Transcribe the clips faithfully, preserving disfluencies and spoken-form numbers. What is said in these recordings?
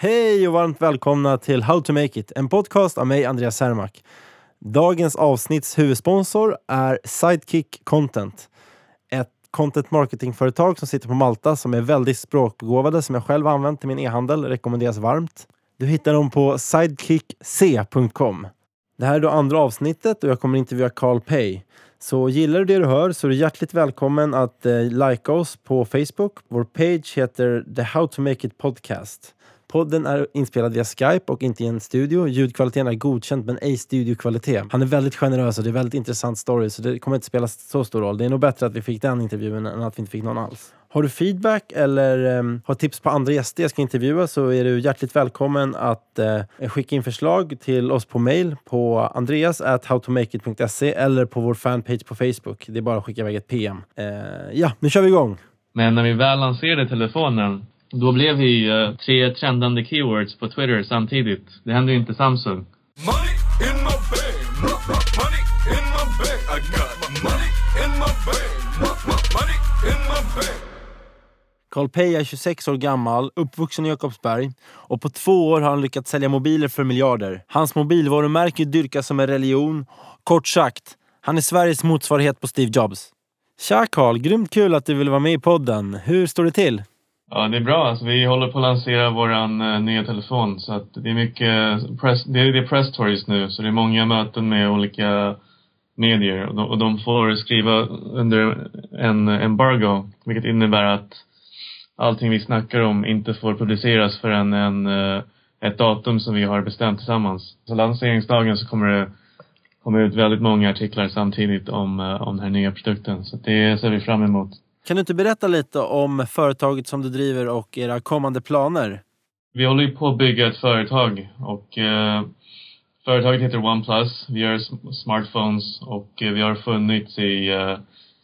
Hej och varmt välkomna till How to Make It, en podcast av mig, Andreas Sermak. Dagens avsnitts huvudsponsor är Sidekick Content. Ett content marketingföretag som sitter på Malta som är väldigt språkbegåvade, som jag själv använt till min e-handel, rekommenderas varmt. Du hittar dem på sidekick c punkt com. Det här är då andra avsnittet och jag kommer intervjua Carl Pei. Så gillar du det du hör så är du hjärtligt välkommen att eh, likea oss på Facebook. Vår page heter The How to Make It Podcast. Podden är inspelad via Skype och inte i en studio. Ljudkvaliteten är godkänd men ej studiokvalitet. Han är väldigt generös och det är väldigt intressant story så det kommer inte spela så stor roll. Det är nog bättre att vi fick den intervjun än att vi inte fick någon alls. Har du feedback eller um, har tips på andra gäster jag ska intervjua så är du hjärtligt välkommen att uh, skicka in förslag till oss på mail på andreas at howtomakeit punkt se eller på vår fanpage på Facebook. Det är bara att skicka iväg ett P M. Uh, ja, nu kör vi igång. Men när vi väl lanserade telefonen, då blev vi uh, tre trendande keywords på Twitter samtidigt. Det hände ju inte Samsung. Money in my bank, money in my bank, I got money in my bank, money in my bank. Carl Pei är tjugosex år gammal, uppvuxen i Jakobsberg och på två år har han lyckats sälja mobiler för miljarder. Hans mobilvarumärke dyrkas som en religion. Kort sagt, han är Sveriges motsvarighet på Steve Jobs. Tja Carl, grymt kul att du vill vara med i podden. Hur står det till? Ja, det är bra. Alltså, vi håller på att lansera våran uh, nya telefon så att det är mycket press, det är, det är press tour just nu så det är många möten med olika medier och de, och de får skriva under en embargo, vilket innebär att allting vi snackar om inte får publiceras förrän en, uh, ett datum som vi har bestämt tillsammans. Så lanseringsdagen så kommer det komma ut väldigt många artiklar samtidigt om, uh, om den här nya produkten så det ser vi fram emot. Kan du inte berätta lite om företaget som du driver och era kommande planer? Vi håller ju på att bygga ett företag och eh, företaget heter OnePlus. Vi gör smartphones och eh, vi har funnits i eh,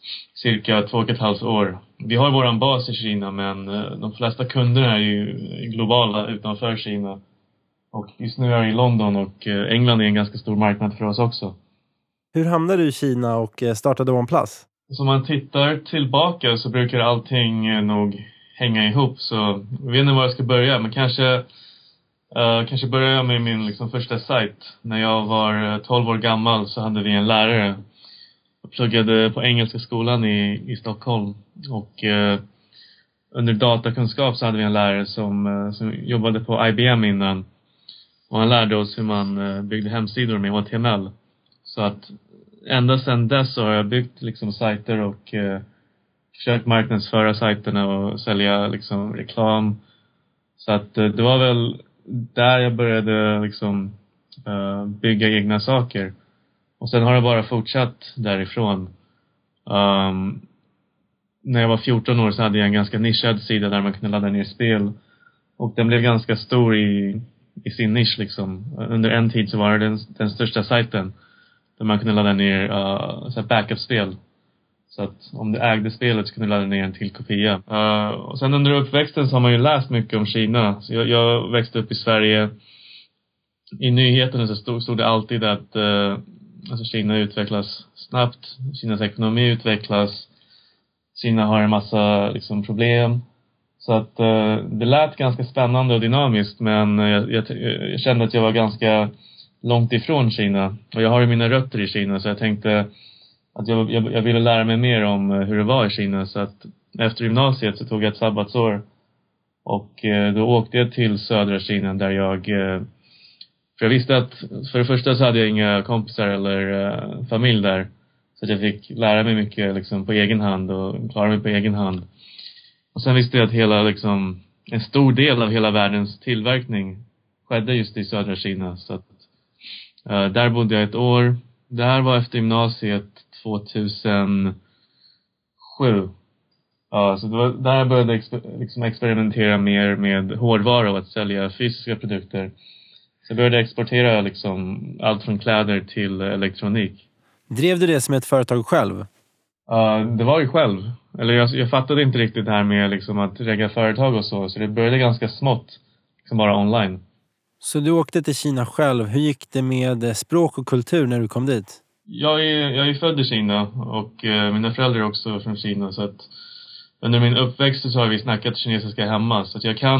cirka två och ett halvt år. Vi har våran bas i Kina men eh, de flesta kunderna är ju globala utanför Kina. Och just nu är jag i London och eh, England är en ganska stor marknad för oss också. Hur hamnade du i Kina och startade OnePlus? Så om man tittar tillbaka så brukar allting nog hänga ihop. Så jag vet inte var jag ska börja. Men kanske, uh, kanske börjar jag med min liksom, första sajt. När jag var tolv år gammal så hade vi en lärare. Jag pluggade på engelska skolan i, i Stockholm. Och uh, under datakunskap så hade vi en lärare som, uh, som jobbade på I B M innan. Och han lärde oss hur man uh, byggde hemsidor med H T M L. Så att ända sedan dess så har jag byggt liksom sajter och eh, försökt marknadsföra sajterna och sälja liksom reklam. Så att eh, det var väl där jag började liksom eh, bygga egna saker. Och sen har det bara fortsatt därifrån. Um, när jag var fjorton år så hade jag en ganska nischad sida där man kunde ladda ner spel. Och den blev ganska stor i, i sin nisch liksom. Under en tid så var det den, den största sajten. Där man kunde ladda ner uh, så här backup-spel. Så att om du ägde spelet så kunde du ladda ner en till kopia. Uh, och sen under uppväxten så har man ju läst mycket om Kina. Så jag, jag växte upp i Sverige. I nyheterna så stod, stod det alltid att uh, alltså Kina utvecklas snabbt. Kinas ekonomi utvecklas. Kina har en massa liksom, problem. Så att uh, det lät ganska spännande och dynamiskt. Men jag, jag, jag kände att jag var ganska långt ifrån Kina. Och jag har ju mina rötter i Kina så jag tänkte att jag, jag, jag ville lära mig mer om hur det var i Kina. Så att efter gymnasiet så tog jag ett sabbatsår. Och eh, då åkte jag till södra Kina där jag... Eh, för jag visste att för det första så hade jag inga kompisar eller eh, familj där. Så att jag fick lära mig mycket liksom, på egen hand och klara mig på egen hand. Och sen visste jag att hela, liksom, en stor del av hela världens tillverkning skedde just i södra Kina. Så att Uh, där bodde jag ett år. Det här var efter gymnasiet tvåtusensju. Ja, uh, så det var där jag började exper- liksom experimentera mer med hårdvara och att sälja fysiska produkter. Så jag började exportera liksom allt från kläder till elektronik. Drev du det som ett företag själv? Uh, det var ju själv. Eller jag, jag fattade inte riktigt det här med liksom att regga företag och så. Så det började ganska smått. Liksom bara online. Så du åkte till Kina själv. Hur gick det med språk och kultur när du kom dit? Jag är, jag är född i Kina och eh, mina föräldrar är också från Kina. Så att under min uppväxt så har vi snackat kinesiska hemma. Så att jag kan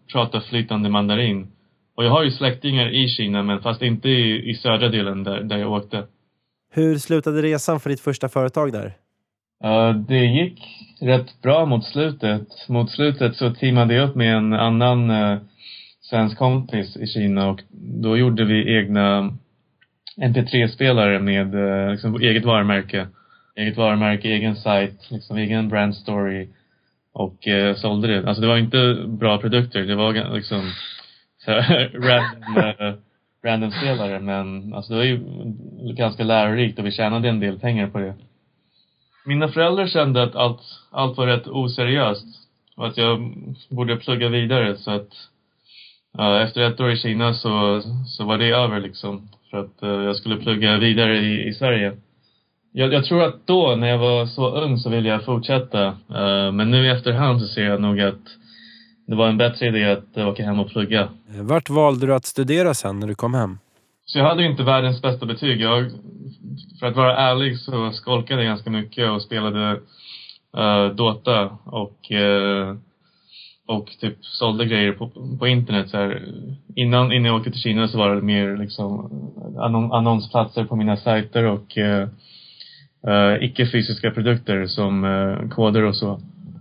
prata flytande mandarin. Och jag har ju släktingar i Kina, men fast inte i, i södra delen där, där jag åkte. Hur slutade resan för ditt första företag där? Uh, det gick rätt bra mot slutet. Mot slutet så teamade jag upp med en annan uh, svensk kompis i Kina. Och då gjorde vi egna M P tre-spelare med uh, liksom, eget varumärke. Eget varumärke, egen sajt, liksom, egen brand story. Och uh, sålde det. Alltså det var inte bra produkter. Det var liksom så här, random, uh, random spelare. Men alltså, det var ju ganska lärorikt och vi tjänade en del pengar på det. Mina föräldrar kände att allt, allt var rätt oseriöst. Och att jag borde plugga vidare. Så att uh, efter ett år i Kina så, så var det över liksom. För att uh, jag skulle plugga vidare i, i Sverige. Jag, jag tror att då när jag var så ung så ville jag fortsätta. Uh, men nu i efterhand så ser jag nog att det var en bättre idé att uh, åka hem och plugga. Vart valde du att studera sen när du kom hem? Så jag hade ju inte världens bästa betyg. Jag, för att vara ärlig så skolkade jag ganska mycket och spelade uh, Dota och, uh, och typ sålde grejer på, på internet. Så här. Innan, innan jag åkte till Kina så var det mer liksom annon, annonsplatser på mina sajter och uh, uh, icke-fysiska produkter som uh, koder och så.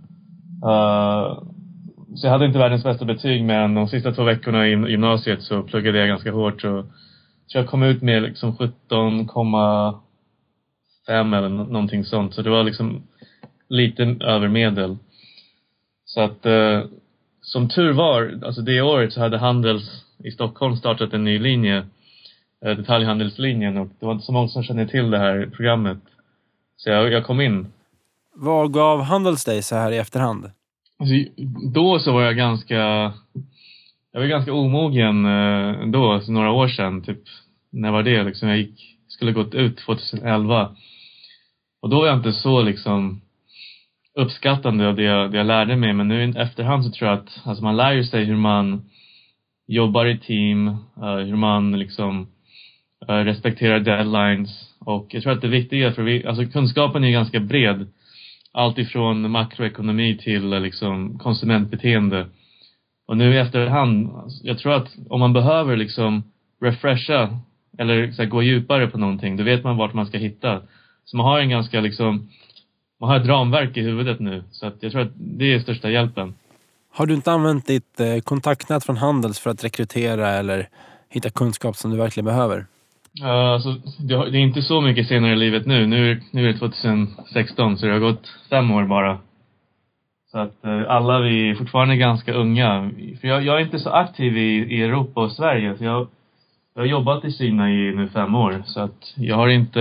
Uh, så jag hade inte världens bästa betyg, men de sista två veckorna i gymnasiet så pluggade jag ganska hårt och så jag kom ut med liksom sjutton komma fem eller n- någonting sånt. Så det var liksom lite över medel. Så att eh, som tur var, alltså det året så hade Handels i Stockholm startat en ny linje. Eh, detaljhandelslinjen. Och det var inte så många som kände till det här programmet. Så jag, jag kom in. Vad gav Handels dig så här i efterhand? Alltså, då så var jag ganska... Jag var ganska omogen eh, då, så några år sedan. Typ, när var det? Liksom, jag gick, skulle gått ut tjugoelva. Och då var jag inte så liksom uppskattande av det jag, det jag lärde mig. Men nu i efterhand så tror jag att alltså, man lär ju sig hur man jobbar i team. Uh, hur man liksom uh, respekterar deadlines. Och jag tror att det viktiga, för vi, alltså, kunskapen är ganska bred. Allt ifrån makroekonomi till liksom, konsumentbeteende. Och nu i efterhand, jag tror att om man behöver liksom refresha eller så här, gå djupare på någonting, då vet man vart man ska hitta. Så man har en ganska liksom, man har ett ramverk i huvudet nu. Så att jag tror att det är största hjälpen. Har du inte använt ditt eh, kontaktnät från Handels för att rekrytera eller hitta kunskap som du verkligen behöver? Uh, alltså, det, har, det är inte så mycket senare i livet nu. Nu, nu är det tjugohundrasexton, så det har gått fem år bara. Så att eh, alla vi är fortfarande ganska unga. För jag, jag är inte så aktiv i, i Europa och Sverige. För jag, jag har jobbat i Kina i nu fem år. Så att jag har inte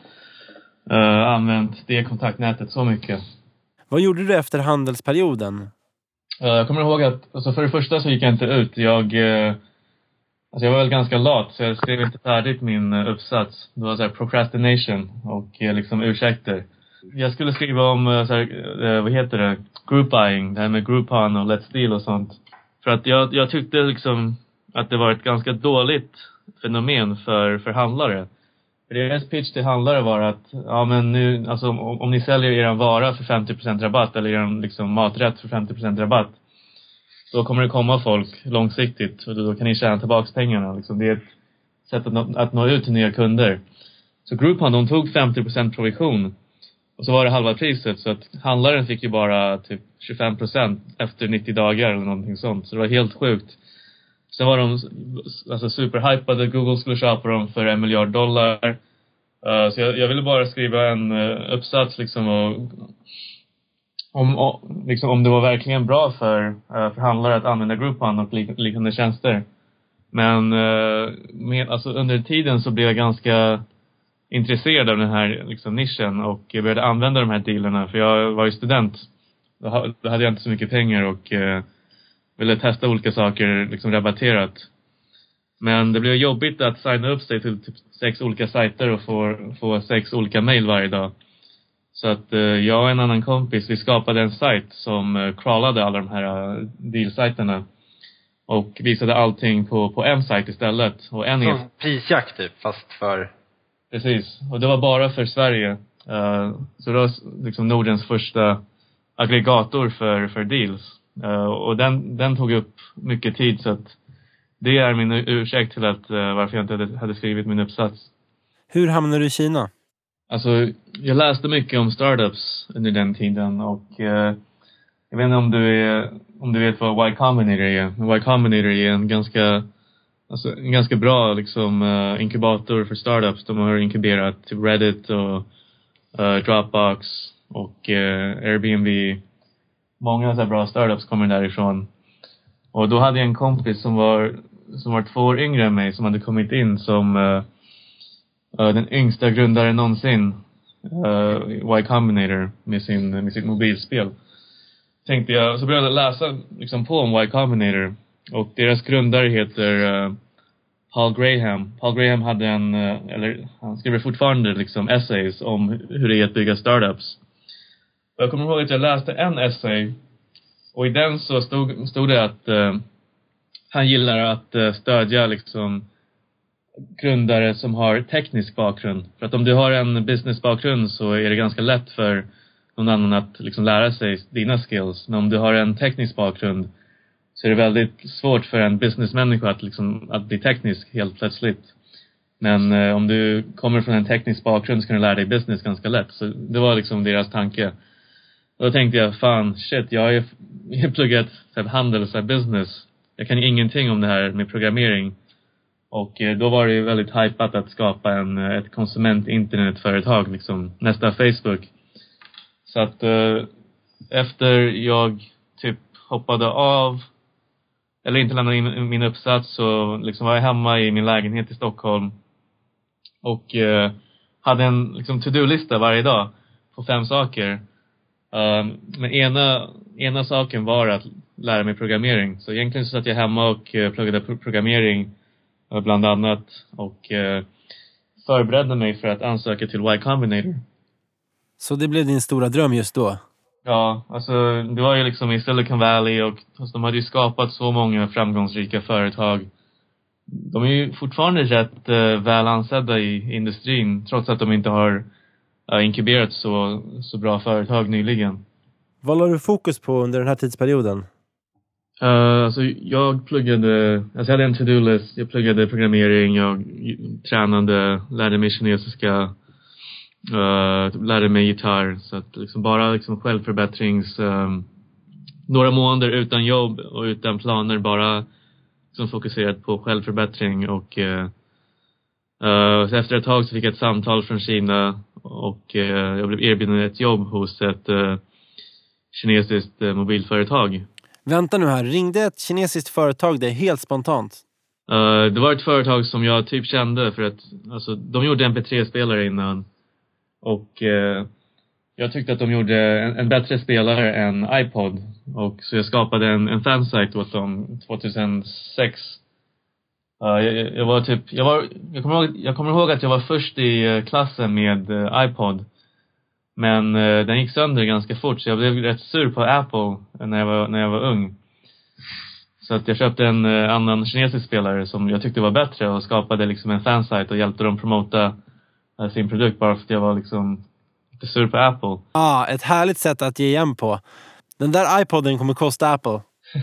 eh, använt det kontaktnätet så mycket. Vad gjorde du efter handelsperioden? Uh, jag kommer ihåg att alltså för det första så gick jag inte ut. Jag, uh, alltså jag var väl ganska lat, så jag skrev inte färdigt min uh, uppsats. Det var så här procrastination och uh, liksom ursäkter. Jag skulle skriva om, uh, så här, uh, vad heter det? Group buying, det här med Groupon och Let's Deal och sånt. För att jag, jag tyckte liksom att det var ett ganska dåligt fenomen för, för handlare. För deras pitch till handlare var att, ja men nu, alltså om, om ni säljer er vara för femtio procent rabatt eller er liksom maträtt för femtio procent rabatt, då kommer det komma folk långsiktigt och då, då kan ni tjäna tillbaka pengarna. Liksom. Det är ett sätt att nå, att nå ut till nya kunder. Så Groupon, de tog femtio procent provision och så var det halva priset, så att handlaren fick ju bara typ tjugofem procent efter nittio dagar eller någonting sånt. Så det var helt sjukt. Sen var de alltså superhypade. Google skulle köpa dem för en miljard dollar. Uh, så jag, jag ville bara skriva en uh, uppsats liksom, och, om, och, liksom, om det var verkligen bra för, uh, för handlare att använda Groupon och lik, liknande tjänster. Men uh, med, alltså, under tiden så blev jag ganska intresserad av den här liksom, nischen och jag började använda de här dealerna. För jag var ju student. Då hade jag inte så mycket pengar och uh, ville testa olika saker liksom rabatterat. Men det blev jobbigt att signa upp sig till typ sex olika sajter och få, få sex olika mejl varje dag. Så att eh, jag och en annan kompis, vi skapade en sajt som eh, crawlade alla de här uh, deal-sajterna. Och visade allting på, på en sajt istället. Och en Som prisjakt typ, fast för... Precis. Och det var bara för Sverige. Uh, så det var liksom Nordens första aggregator för, för deals. Uh, och den, den tog upp mycket tid, så att det är min ursäkt till att uh, varför jag inte hade, hade skrivit min uppsats. Hur hamnade du i Kina? Alltså, jag läste mycket om startups under den tiden och uh, jag vet inte om du, är, om du vet vad Y Combinator är. Y Combinator är en ganska, alltså, en ganska bra liksom, uh, inkubator för startups. De har inkuberat typ Reddit och uh, Dropbox och uh, Airbnb. Många så här bra startups kommer därifrån. Och då hade jag en kompis som var, som var två år yngre än mig, som hade kommit in som uh, uh, den yngsta grundaren någonsin. Uh, Y Combinator med, sin, med sitt mobilspel. Tänkte jag, så började jag läsa liksom på om Y Combinator. Och deras grundare heter uh, Paul Graham. Paul Graham hade en, uh, eller han skriver fortfarande liksom essays om hur det är att bygga startups. Och jag kommer ihåg att jag läste en essay. Och i den så stod, stod det att uh, han gillar att uh, stödja liksom grundare som har teknisk bakgrund. För att om du har en business bakgrund så är det ganska lätt för någon annan att liksom lära sig dina skills. Men om du har en teknisk bakgrund så är det väldigt svårt för en businessmänniska att, liksom, att bli teknisk helt plötsligt. Men eh, om du kommer från en teknisk bakgrund så kan du lära dig business ganska lätt. Så det var liksom deras tanke. Och då tänkte jag, fan, shit, jag har ju jag har pluggat så här, handel och så här, business. Jag kan ju ingenting om det här med programmering. Och eh, då var det ju väldigt hypat att skapa en, ett konsument-internetföretag, liksom nästa Facebook. Så att eh, efter jag typ hoppade av, eller inte lämnade in min uppsats, så liksom var jag hemma i min lägenhet i Stockholm. Och eh, hade en liksom, to-do-lista varje dag på fem saker. Um, men ena, ena saken var att lära mig programmering. Så egentligen så satt jag hemma och uh, pluggade pro- programmering uh, bland annat. Och uh, förberedde mig för att ansöka till Y Combinator. Så det blev din stora dröm just då? Ja, alltså det var ju liksom i Silicon Valley och alltså, de hade ju skapat så många framgångsrika företag. De är ju fortfarande rätt uh, väl ansedda i industrin, trots att de inte har uh, inkuberat så, så bra företag nyligen. Vad la du fokus på under den här tidsperioden? Uh, alltså jag pluggade, alltså jag hade en to-do-list, jag pluggade programmering, jag tränade, lärde mig kinesiska, uh, lärde mig gitarr, så att liksom bara liksom självförbättrings, um, några månader utan jobb och utan planer, bara liksom fokuserat på självförbättring. Och uh, uh, så efter ett tag så fick jag ett samtal från Kina och uh, jag blev erbjuden ett jobb hos ett uh, kinesiskt uh, mobilföretag. Vänta nu här, ringde ett kinesiskt företag det helt spontant? Uh, det var ett företag som jag typ kände, för att alltså, de gjorde M P tre-spelare innan. Och uh, jag tyckte att de gjorde en, en bättre spelare än iPod. Och så jag skapade en, en fansite åt dem tjugohundrasex. Uh, jag, jag var typ, jag var, jag kommer ihåg, jag kommer ihåg att jag var först i uh, klassen med uh, iPod. Men uh, den gick sönder ganska fort, så jag blev rätt sur på Apple när jag var, när jag var ung. Så att jag köpte en uh, annan kinesisk spelare som jag tyckte var bättre och skapade liksom en fansite och hjälpte dem promota uh, sin produkt, bara för att jag var liksom lite sur på Apple. Ah, ett härligt sätt att ge igen på. Den där iPoden kommer kosta Apple.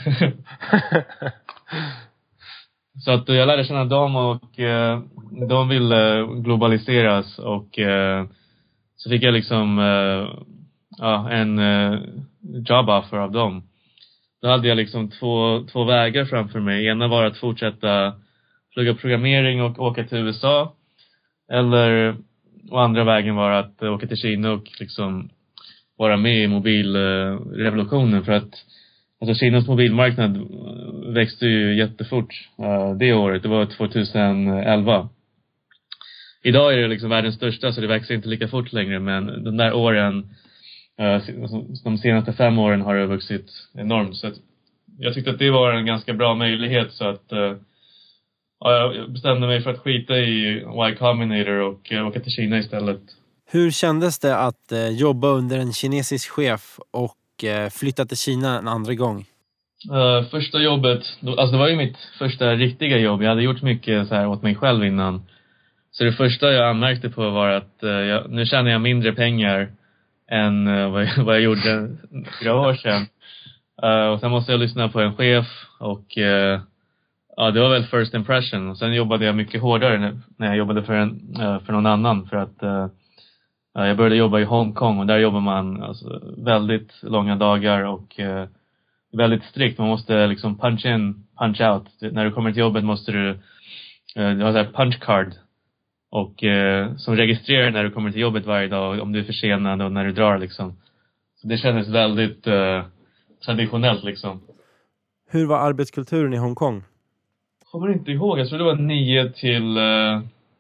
Så att uh, jag lärde känna dem och uh, de ville uh, globaliseras och uh, så fick jag liksom uh, ja, en uh, job offer av dem. Då hade jag liksom två, två vägar framför mig. Ena var att fortsätta plugga programmering och åka till U S A. Eller, och andra vägen var att uh, åka till Kina och liksom vara med i mobilrevolutionen. Uh, för att alltså, Kinas mobilmarknad växte ju jättefort uh, det året. Det var tjugoelva. Idag är det liksom världens största, så det växer inte lika fort längre. Men de där åren, uh, de senaste fem åren har det vuxit enormt. Så att jag tyckte att det var en ganska bra möjlighet. Så att uh, jag bestämde mig för att skita i Y Combinator och uh, åka till Kina istället. Hur kändes det att uh, jobba under en kinesisk chef och uh, flytta till Kina en andra gång? Uh, första jobbet, alltså det var ju mitt första riktiga jobb. Jag hade gjort mycket så här åt mig själv innan. Så det första jag anmärkte på var att uh, jag, nu tjänar jag mindre pengar än uh, vad, jag, vad jag gjorde fyra år sedan. Uh, och sen måste jag lyssna på en chef och uh, ja, det var väl first impression. Och sen jobbade jag mycket hårdare när, när jag jobbade för, en, uh, för någon annan. För att uh, uh, jag började jobba i Hongkong och där jobbar man alltså, väldigt långa dagar och uh, väldigt strikt. Man måste liksom punch in, punch out. När du kommer till jobbet måste du, uh, du har en punch card. Och uh, som registrerar när du kommer till jobbet varje dag om du är försenad och när du drar liksom. Så det kändes väldigt uh, traditionellt liksom. Hur var arbetskulturen i Hongkong? Jag kommer inte ihåg, jag tror det var nio till uh,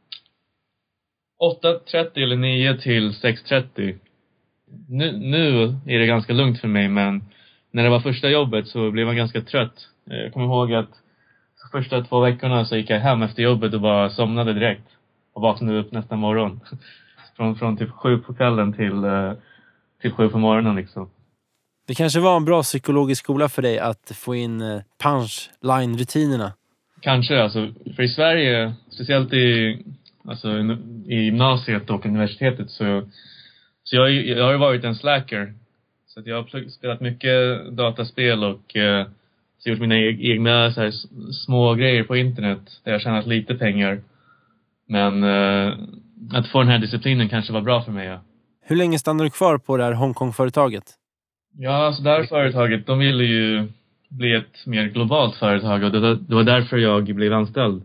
åtta trettio eller nio till sex trettio. Nu, nu är det ganska lugnt för mig, men när det var första jobbet så blev man ganska trött. Jag kommer ihåg att första två veckorna så gick jag hem efter jobbet och bara somnade direkt. Och vaknade upp nästa morgon. Från, från typ sju på kvällen till, uh, till sju på morgonen liksom. Det kanske var en bra psykologisk skola för dig att få in uh, punchline-rutinerna. Kanske, alltså. För i Sverige, speciellt i, alltså, i gymnasiet och universitetet så, så jag, jag har varit en slacker. Så att jag har spelat mycket dataspel och uh, så gjort mina egna så här, små grejer på internet där jag tjänat lite pengar. Men uh, att få den här disciplinen kanske var bra för mig, ja. Hur länge stannade du kvar på det här Hongkong-företaget? Ja, alltså det här företaget, de ville ju bli ett mer globalt företag och det, det var därför jag blev anställd.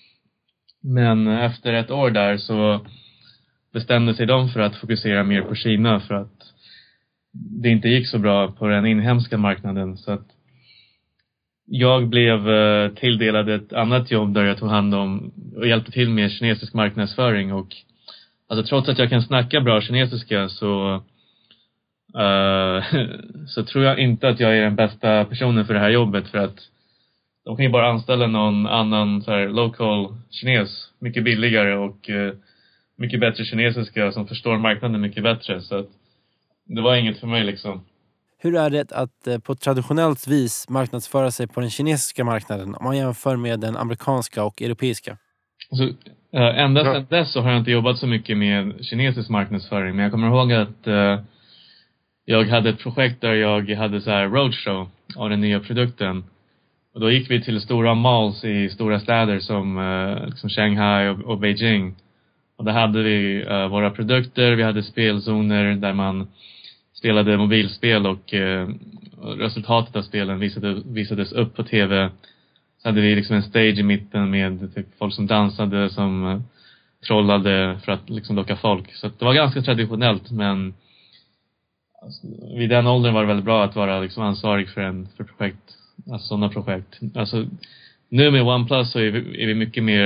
Men efter ett år där så bestämde sig de för att fokusera mer på Kina för att det inte gick så bra på den inhemska marknaden. Så att jag blev tilldelad ett annat jobb där jag tog hand om och hjälpte till med kinesisk marknadsföring. Och alltså trots att jag kan snacka bra kinesiska så, uh, så tror jag inte att jag är den bästa personen för det här jobbet. För att de kan ju bara anställa någon annan så här, local kines mycket billigare och uh, mycket bättre kinesiska som förstår marknaden mycket bättre. Så att det var inget för mig liksom. Hur är det att eh, på traditionellt vis marknadsföra sig på den kinesiska marknaden om man jämför med den amerikanska och europeiska? Alltså, äh, ända sedan dess så har jag inte jobbat så mycket med kinesisk marknadsföring. Men jag kommer ihåg att äh, jag hade ett projekt där jag hade så här roadshow av den nya produkten. Och då gick vi till stora malls i stora städer som äh, liksom Shanghai och, och Beijing. Och där hade vi äh, våra produkter, vi hade spelzoner där man spelade mobilspel och eh, resultatet av spelen visade, visades upp på tv. Så hade vi liksom en stage i mitten med typ, folk som dansade, som eh, trollade för att liksom locka folk. Så det var ganska traditionellt, men alltså, vid den åldern var det väldigt bra att vara liksom ansvarig för en för projekt, alltså sådana projekt. Alltså, nu med OnePlus så är vi, är vi mycket mer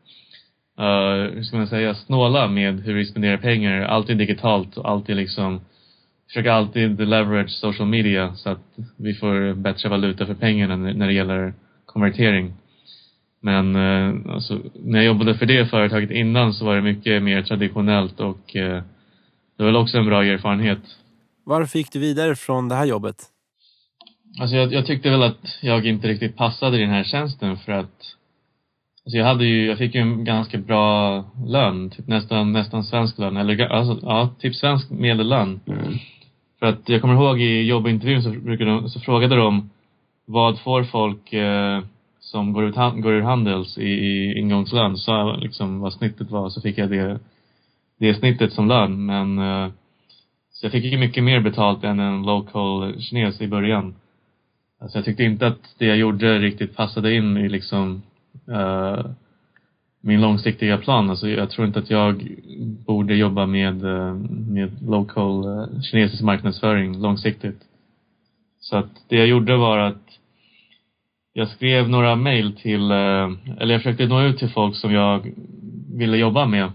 uh, hur ska man säga, snåla med hur vi spenderar pengar. Allt är digitalt och allt är liksom försöker alltid leverage social media så att vi får bättre valuta för pengarna när det gäller konvertering. Men eh, alltså, när jag jobbade för det företaget innan så var det mycket mer traditionellt och eh, det var också en bra erfarenhet. Varför gick du vidare från det här jobbet? Alltså jag, jag tyckte väl att jag inte riktigt passade i den här tjänsten för att alltså jag hade ju, jag fick ju en ganska bra lön, typ nästan, nästan svensk lön, eller alltså, ja, typ svensk medellön. Mm. För att jag kommer ihåg i jobbintervjun så, brukade de, så frågade de vad får folk eh, som går, ut, går ur handels i, i ingångslön. Så liksom vad snittet var, så fick jag det, det snittet som lön. Men eh, så jag fick ju mycket mer betalt än en local kines i början. Alltså jag tyckte inte att det jag gjorde riktigt passade in i liksom uh, min långsiktiga plan. Alltså jag tror inte att jag borde jobba med, uh, med local uh, kinesisk marknadsföring långsiktigt. Så att det jag gjorde var att jag skrev några mejl till, uh, eller jag försökte nå ut till folk som jag ville jobba med.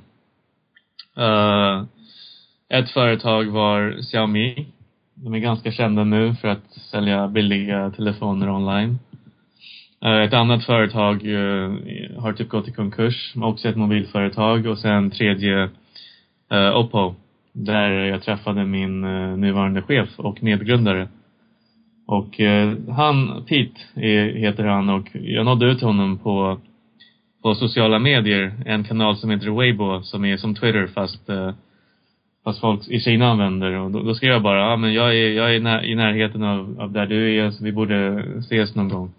Uh, ett företag var Xiaomi. De är ganska kända nu för att sälja billiga telefoner online. Ett annat företag har typ gått i konkurs. Också ett mobilföretag. Och sen tredje uh, Oppo. Där jag träffade min uh, nuvarande chef och medgrundare. Och uh, han, Pete är, heter han. Och jag nådde ut till honom på, på sociala medier. En kanal som heter Weibo. Som är som Twitter fast... Uh, fast folk i Kina använder. Och då, då skrev jag bara, ja men jag är, jag är när, i närheten av, av där du är, så vi borde ses någon gång.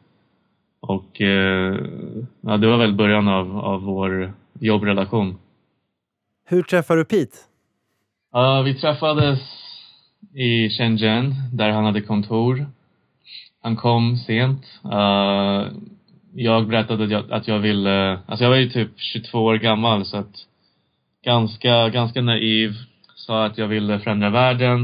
Och eh, ja, det var väl början av, av vår jobbrelation. Hur träffade du Pete? Uh, vi träffades i Shenzhen där han hade kontor. Han kom sent. Uh, jag berättade att jag, att jag ville... Alltså jag var ju typ tjugotvå år gammal, så att ganska, ganska naiv. Sa att jag ville förändra världen.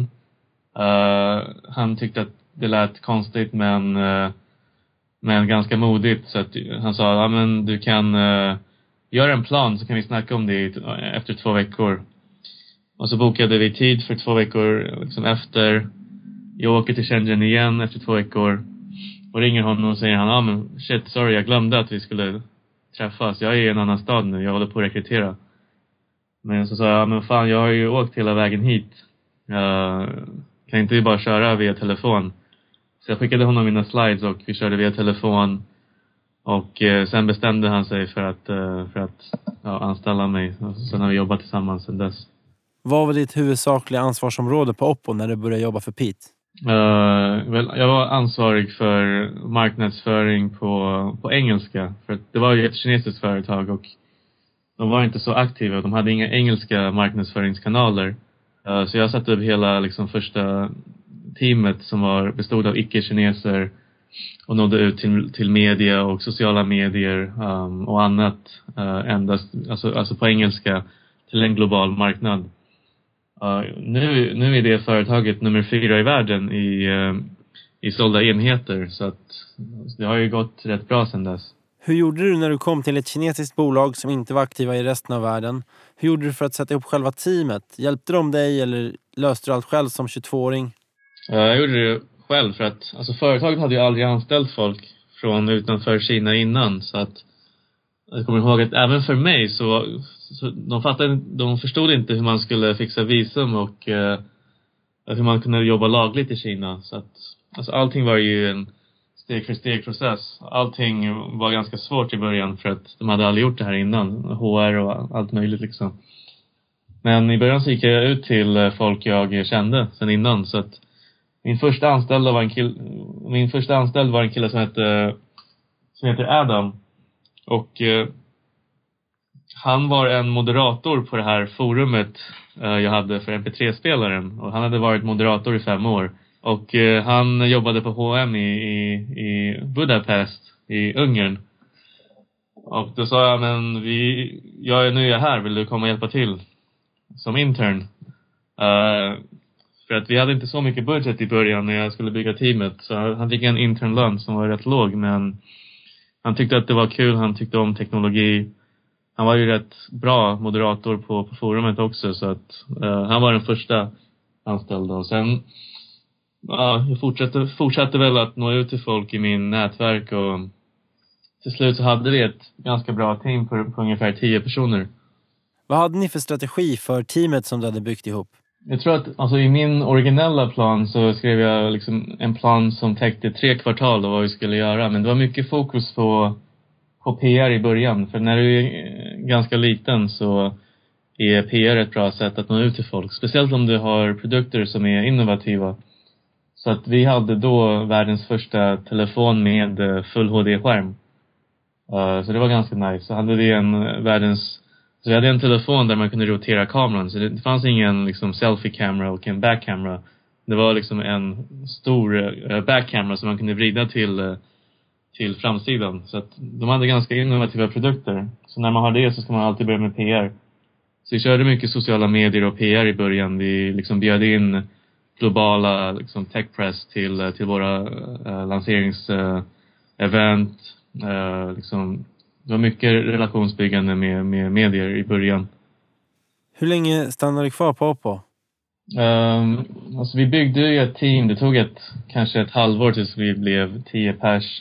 Uh, han tyckte att det lät konstigt, men, uh, men ganska modigt. Så att han sa, ja men du kan uh, göra en plan, så kan vi snacka om det efter två veckor. Och så bokade vi tid för två veckor liksom efter. Jag åker till Shenzhen igen efter två veckor. Och ringer honom och säger han, ja men shit, sorry, jag glömde att vi skulle träffas. Jag är i en annan stad nu, jag håller på att rekrytera. Men så sa jag, men fan, jag har ju åkt hela vägen hit. Jag kan inte bara köra via telefon. Så jag skickade honom mina slides och vi körde via telefon. Och eh, sen bestämde han sig för att, eh, för att ja, anställa mig. Och sen har vi jobbat tillsammans sedan dess. Vad var ditt huvudsakliga ansvarsområde på Oppo när du började jobba för Pete? Uh, väl, jag var ansvarig för marknadsföring på, på engelska. För det var ju ett kinesiskt företag och de var inte så aktiva. De hade inga engelska marknadsföringskanaler. Uh, så jag satte upp hela liksom, första teamet som var, bestod av icke-kineser och nådde ut till, till media och sociala medier um, och annat uh, endast alltså, alltså på engelska till en global marknad. Uh, nu, nu är det företaget nummer fyra i världen i, uh, i sålda enheter, så att det har ju gått rätt bra sedan dess. Hur gjorde du när du kom till ett kinesiskt bolag som inte var aktiva i resten av världen? Hur gjorde du för att sätta ihop själva teamet? Hjälpte de dig eller löste du allt själv som tjugotvååring? Uh, jag gjorde det själv för att alltså, företaget hade ju aldrig anställt folk från utanför Kina innan, så att jag kommer ihåg att även för mig så, så de fattade, de förstod inte hur man skulle fixa visum och eh, hur man kunde jobba lagligt i Kina. Så att alltså allting var ju en steg för steg process. Allting var ganska svårt i början för att de hade aldrig gjort det här innan. H R och allt möjligt liksom. Men i början så gick jag ut till folk jag kände sen innan, så att min första anställda var en kille, min första anställd var en kille som hette som heter Adam. Och eh, han var en moderator på det här forumet eh, jag hade för M P tre-spelaren. Och han hade varit moderator i fem år. Och eh, han jobbade på H och M i, i, i Budapest i Ungern. Och då sa jag, men vi, jag är nu här, vill du komma och hjälpa till som intern? Uh, för att vi hade inte så mycket budget i början när jag skulle bygga teamet. Så han fick en internlön som var rätt låg, men han tyckte att det var kul, han tyckte om teknologi. Han var ju rätt bra moderator på, på forumet också, så att uh, han var den första anställda. Och sen uh, jag fortsatte, fortsatte väl att nå ut till folk i min nätverk, och till slut så hade vi ett ganska bra team på, på ungefär tio personer. Vad hade ni för strategi för teamet som du hade byggt ihop? Jag tror att alltså, i min originella plan så skrev jag liksom en plan som täckte tre kvartal och vad vi skulle göra. Men det var mycket fokus på, på P R i början. För när du är ganska liten så är P R ett bra sätt att nå ut till folk. Speciellt om du har produkter som är innovativa. Så att vi hade då världens första telefon med full H D-skärm. Uh, så det var ganska nice. Så hade vi en världens... Så vi hade en telefon där man kunde rotera kameran. Så det, det fanns ingen liksom selfie-kamera och en back-kamera. Det var liksom en stor uh, back-kamera som man kunde vrida till, uh, till framsidan. Så att de hade ganska innovativa produkter. Så när man har det så ska man alltid börja med P R. Så vi körde mycket sociala medier och P R i början. Vi liksom bjöd in globala liksom, tech-press till, till våra uh, lanseringsevent. Uh, uh, liksom... Det var mycket relationsbyggande med, med medier i början. Hur länge stannade du kvar på Oppo? Um, alltså vi byggde ju ett team. Det tog ett, kanske ett halvår tills vi blev tio pers.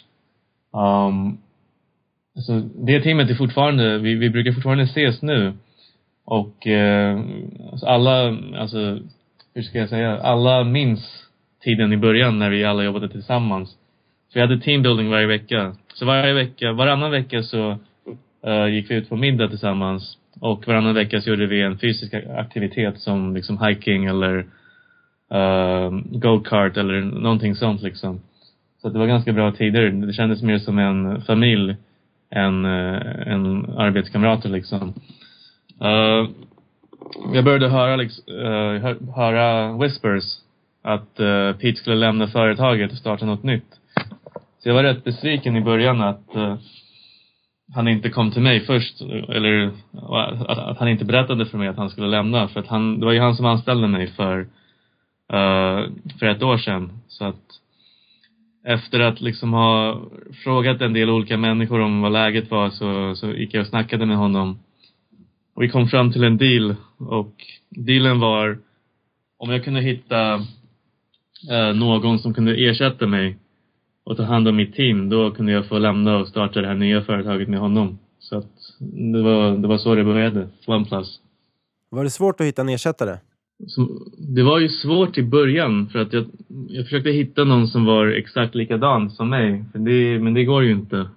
Um, alltså det teamet är fortfarande, vi, vi brukar fortfarande ses nu. Och uh, alltså alla, alltså, hur ska jag säga, alla minns tiden i början när vi alla jobbade tillsammans. Så vi hade teambuilding varje vecka. Så varje vecka, varannan vecka så uh, gick vi ut på middag tillsammans. Och varannan vecka så gjorde vi en fysisk aktivitet som liksom hiking eller uh, go-kart eller någonting sånt liksom. Så det var ganska bra tider. Det kändes mer som en familj än uh, en arbetskamrater liksom. Uh, jag började höra, liksom, uh, höra whispers att uh, Pete skulle lämna företaget och starta något nytt. Så jag var rätt besviken i början att uh, han inte kom till mig först, eller att, att han inte berättade för mig att han skulle lämna, för att han, det var ju han som anställde mig för uh, för ett år sedan. Så att efter att liksom ha frågat en del olika människor om vad läget var, så, så gick jag och snackade med honom och vi kom fram till en deal. Och dealen var om jag kunde hitta uh, någon som kunde ersätta mig och ta hand om mitt team, då kunde jag få lämna och starta det här nya företaget med honom. Så att det var, det var så det började, OnePlus. Var det svårt att hitta en ersättare? Så, det var ju svårt i början, för att jag, jag försökte hitta någon som var exakt likadan som mig. För det, men det går ju inte.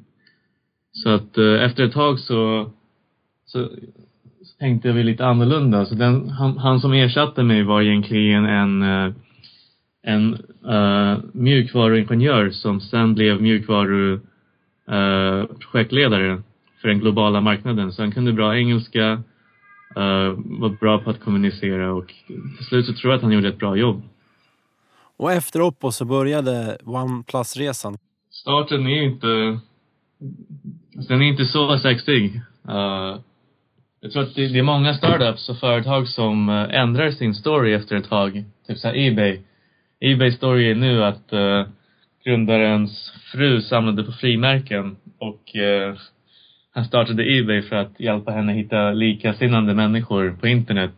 Så att eh, efter ett tag så, så, så tänkte jag väl lite annorlunda. Så den, han, han som ersatte mig var egentligen en... Eh, en uh, mjukvaruingenjör som sen blev mjukvaru uh, projektledare för den globala marknaden. Så han kunde bra engelska, uh, var bra på att kommunicera, och till slut så tror jag att han gjorde ett bra jobb. Och efter Oppo så började OnePlus-resan. Starten är ju inte, den är inte så sexig. Uh, jag tror att det, det är många startups och företag som uh, ändrar sin story efter ett tag. Typ så här eBay. eBay story är nu att uh, grundarens fru samlade på frimärken och uh, han startade eBay för att hjälpa henne hitta likasinnande människor på internet.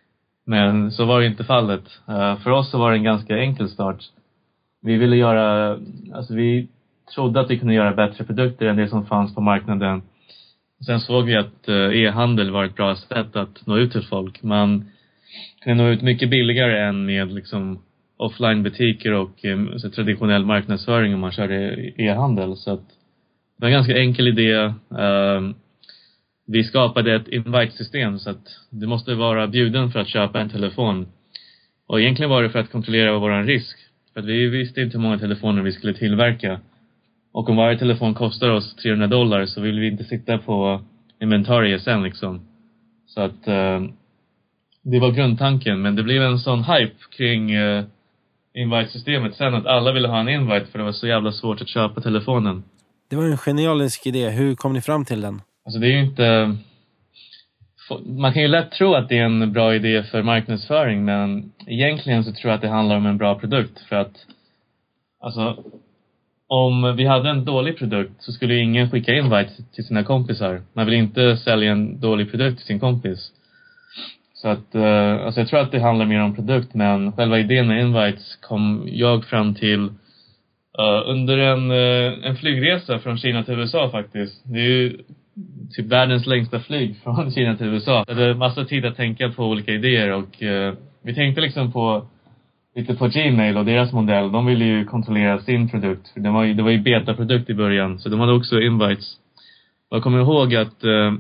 Men så var det inte fallet. Uh, för oss så var det en ganska enkel start. Vi ville göra, alltså vi trodde att vi kunde göra bättre produkter än det som fanns på marknaden. Sen såg vi att uh, e-handel var ett bra sätt att nå ut till folk. Man kunde nå ut mycket billigare än med liksom offline-butiker och eh, så traditionell marknadsföring om man körde e-handel. Så att det var en ganska enkel idé. Uh, vi skapade ett invite-system så att du måste vara bjuden för att köpa en telefon. Och egentligen var det för att kontrollera vår risk. För att vi visste inte hur många telefoner vi skulle tillverka. Och om varje telefon kostar oss trehundra dollar så vill vi inte sitta på inventarier sen liksom. Så att uh, det var grundtanken. Men det blev en sån hype kring uh, invite-systemet sen att alla ville ha en invite för det var så jävla svårt att köpa telefonen. Det var en genialisk idé. Hur kom ni fram till den? Alltså det är ju inte... Man kan ju lätt tro att det är en bra idé för marknadsföring, men egentligen så tror jag att det handlar om en bra produkt. För att alltså, om vi hade en dålig produkt så skulle ju ingen skicka invite till sina kompisar. Man vill inte sälja en dålig produkt till sin kompis. Så att, uh, alltså jag tror att det handlar mer om produkt, men själva idén med invites kom jag fram till uh, under en, uh, en flygresa från Kina till U S A faktiskt. Det är ju typ världens längsta flyg från Kina till U S A. Det hade massa tid att tänka på olika idéer och uh, vi tänkte liksom på lite på Gmail och deras modell. De ville ju kontrollera sin produkt. Det var ju, det var ju beta-produkt i början, så de hade också invites. Och jag kommer ihåg att uh,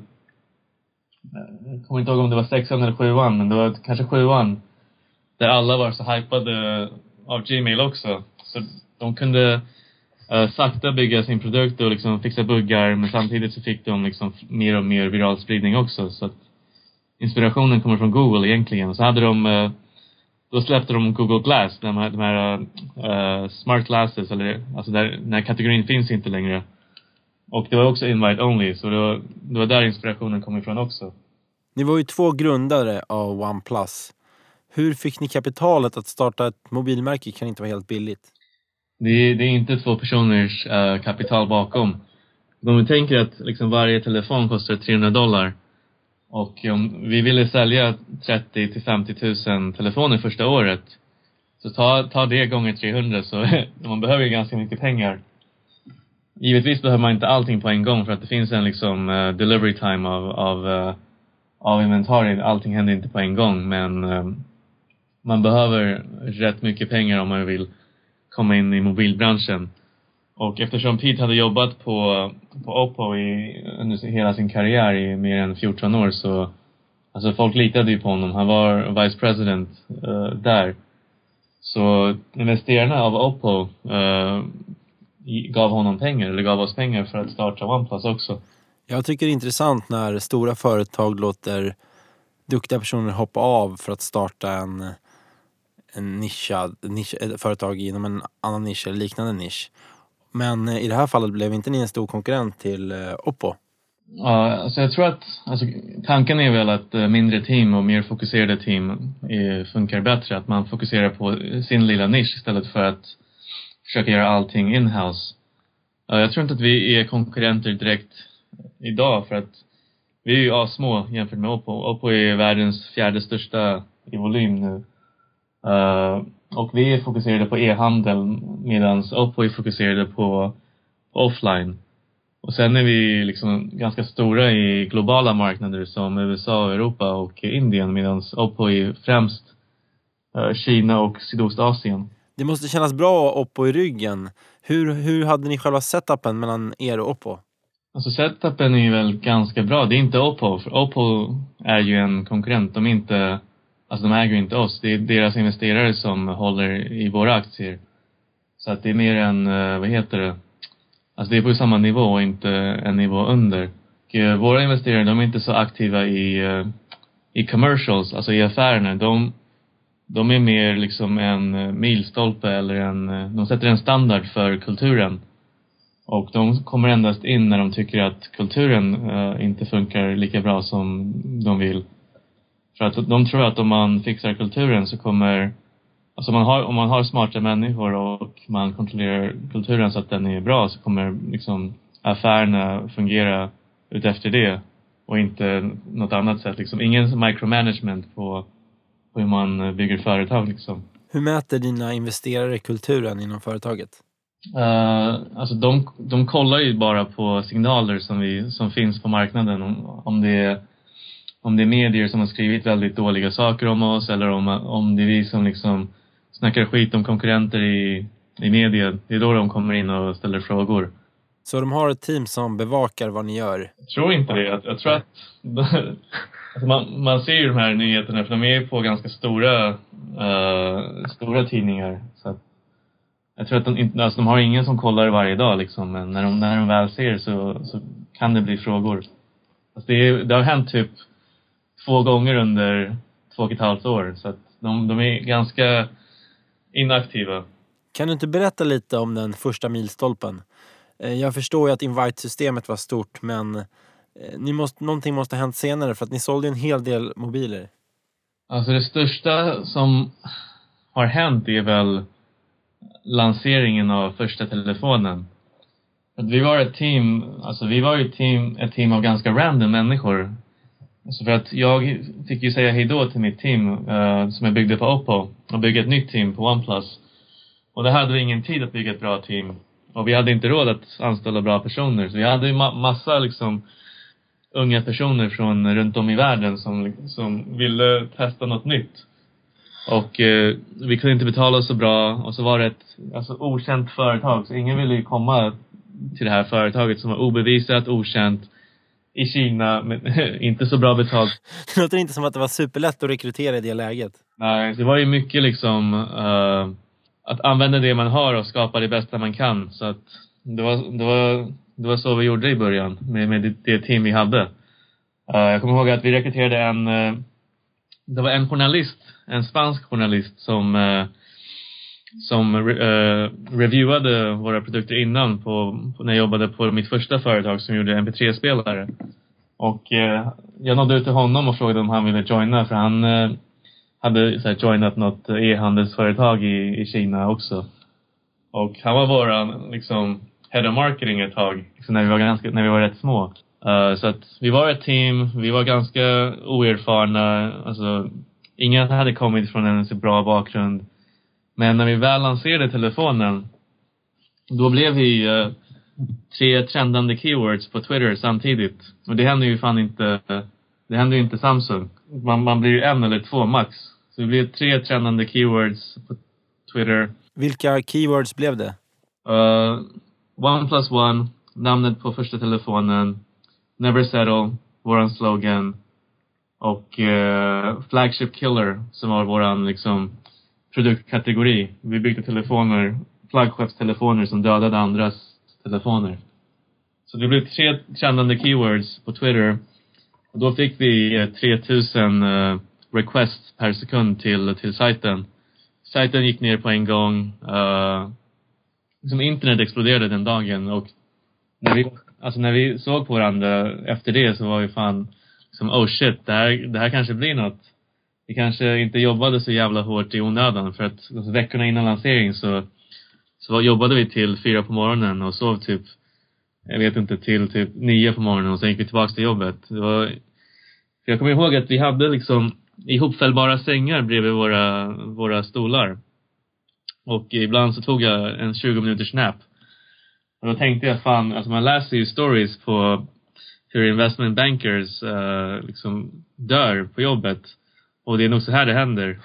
jag kommer inte ihåg om det var sexan eller sjuan, men det var kanske sjuan där alla var så hypade av Gmail också. Så de kunde uh, sakta bygga sin produkt och liksom fixa buggar, men samtidigt så fick de liksom mer och mer viral spridning också. Så att inspirationen kommer från Google egentligen. Så hade de, uh, då släppte de Google Glass, de här, de här uh, smart glasses, eller, alltså där, den här kategorin finns inte längre. Och det var också invite only, så det var, det var där inspirationen kom ifrån också. Ni var ju två grundare av OnePlus. Hur fick ni kapitalet att starta ett mobilmärke? Kan inte vara helt billigt. Det är, det är inte två personers uh, kapital bakom. Om vi tänker att liksom varje telefon kostar trehundra dollar. Och om vi ville sälja trettio till femtio tusen telefoner första året. Så ta, ta det gånger trehundra, så man behöver ju ganska mycket pengar. Givetvis behöver man inte allting på en gång, för att det finns en liksom uh, delivery time av, av, uh, av inventarier. Allting händer inte på en gång, men uh, man behöver rätt mycket pengar om man vill komma in i mobilbranschen. Och eftersom Pete hade jobbat på, på Oppo i, under hela sin karriär i mer än fjorton år, så alltså folk litade ju på honom. Han var vice president uh, där. Så investerarna av Oppo uh, gav honom pengar, eller gav oss pengar för att starta OnePlus också. Jag tycker det är intressant när stora företag låter duktiga personer hoppa av för att starta en, en nischad, nisch, ett företag inom en annan nisch eller liknande nisch. Men i det här fallet blev inte ni en stor konkurrent till uh, Oppo? Ja, alltså jag tror att alltså, tanken är väl att uh, mindre team och mer fokuserade team är, funkar bättre. Att man fokuserar på sin lilla nisch istället för att försöka göra allting in-house. Uh, jag tror inte att vi är konkurrenter direkt idag, för att vi är ju ja, små jämfört med Oppo. Oppo är världens fjärde största i volym nu. Uh, och vi är fokuserade på e-handel, medan Oppo är fokuserade på offline. Och sen är vi liksom ganska stora i globala marknader som U S A, Europa och Indien, medan Oppo är främst uh, Kina och Sydostasien. Det måste kännas bra Oppo i ryggen. Hur, hur hade ni själva setupen mellan er och Oppo? Alltså setupen är väl ganska bra. Det är inte Oppo, för Oppo är ju en konkurrent. De är inte, alltså de äger inte oss. Det är deras investerare som håller i våra aktier. Så att det är mer en, vad heter det? Alltså det är på samma nivå och inte en nivå under. Och våra investerare, de är inte så aktiva i, i commercials, alltså i affärerna. De, de är mer liksom en milstolpe eller en, de sätter en standard för kulturen. Och de kommer endast in när de tycker att kulturen uh, inte funkar lika bra som de vill. För att de tror att om man fixar kulturen så kommer, alltså man har, om man har smarta människor och man kontrollerar kulturen så att den är bra, så kommer liksom affärerna fungera ut efter det och inte något annat sätt. Liksom ingen micromanagement på, på hur man bygger företag liksom. Hur mäter dina investerare kulturen inom företaget? Uh, alltså de, de kollar ju bara på signaler som, vi, som finns på marknaden. Om, om, det är, om det är medier som har skrivit väldigt dåliga saker om oss, eller om, om det är vi som liksom snackar skit om konkurrenter i, i media. Det är då de kommer in och ställer frågor. Så de har ett team som bevakar vad ni gör? Jag tror inte det. Jag, jag tror att alltså man, man ser ju de här nyheterna, för de är på ganska stora uh, stora tidningar. Så att jag tror att de, alltså de har ingen som kollar varje dag liksom, men när de, när de väl ser så, så kan det bli frågor. Alltså det, är, det har hänt typ två gånger under två och ett halvt år, så att de, de är ganska inaktiva. Kan du inte berätta lite om den första milstolpen? Jag förstår ju att invite-systemet var stort, men ni måste, någonting måste ha hänt senare, för att ni sålde en hel del mobiler. Alltså det största som har hänt är väl lanseringen av första telefonen. Att vi var ett team, alltså vi var ju ett team, ett team av ganska random människor. Alltså för att jag fick ju säga hejdå till mitt team uh, som jag byggde på Oppo och bygga ett nytt team på OnePlus. Och det hade vi ingen tid att bygga ett bra team. Och vi hade inte råd att anställa bra personer. Så vi hade ju ma- massa liksom unga personer från runt om i världen som, som ville testa något nytt. Och eh, vi kunde inte betala så bra. Och så var det ett alltså, okänt företag. Så ingen ville ju komma till det här företaget som var obevisat, okänt i Kina, men inte så bra betalt. Det låter inte som att det var superlätt att rekrytera i det läget. Nej, det var ju mycket liksom uh, att använda det man har och skapa det bästa man kan. Så att det var, det var, det var så vi gjorde i början med, med det, det team vi hade. Uh, jag kommer ihåg att vi rekryterade en uh, det var en journalist, en spansk journalist som uh, som uh, reviewade våra produkter innan på, på, när jag jobbade på mitt första företag som gjorde M P tre-spelare. Och uh, jag nådde ut till honom och frågade om han ville joina, för han uh, hade så här, joinat något e-handelsföretag i, i Kina också. Och han var våran liksom head of marketing ett tag, liksom, när vi var ganska, när vi var rätt små. Uh, så att vi var ett team, vi var ganska oerfarna, alltså ingen hade kommit från en så bra bakgrund. Men när vi väl lanserade telefonen, då blev vi uh, tre trendande keywords på Twitter samtidigt. Och det hände ju fan inte, det hände ju inte Samsung. Man, man blir ju en eller två max. Så det blev tre trendande keywords på Twitter. Vilka keywords blev det? Uh, One plus one, namnet på första telefonen, Never settle, våran slogan, och uh, Flagship Killer, som var våran liksom produktkategori. Vi byggde telefoner, flaggskeppstelefoner som dödade andras telefoner. Så det blev tre kännande keywords på Twitter. Och då fick vi uh, tre tusen uh, requests per sekund till, till sajten. Sajten gick ner på en gång. Uh, liksom internet exploderade den dagen. Och när vi, alltså när vi såg på varandra efter det, så var vi fan liksom, oh shit, det här, det här kanske blir något. Vi kanske inte jobbade så jävla hårt i onödan. För att alltså, veckorna innan lansering så, så jobbade vi till fyra på morgonen och sov typ, jag vet inte, till typ nio på morgonen. Och sen gick vi tillbaka till jobbet. Det var, för jag kommer ihåg att vi hade liksom ihopfällbara sängar bredvid våra, våra stolar. Och ibland så tog jag en tjugo minuters nap. Och då tänkte jag, fan, alltså man läser ju stories på hur investment bankers uh, liksom dör på jobbet. Och det är nog så här det händer.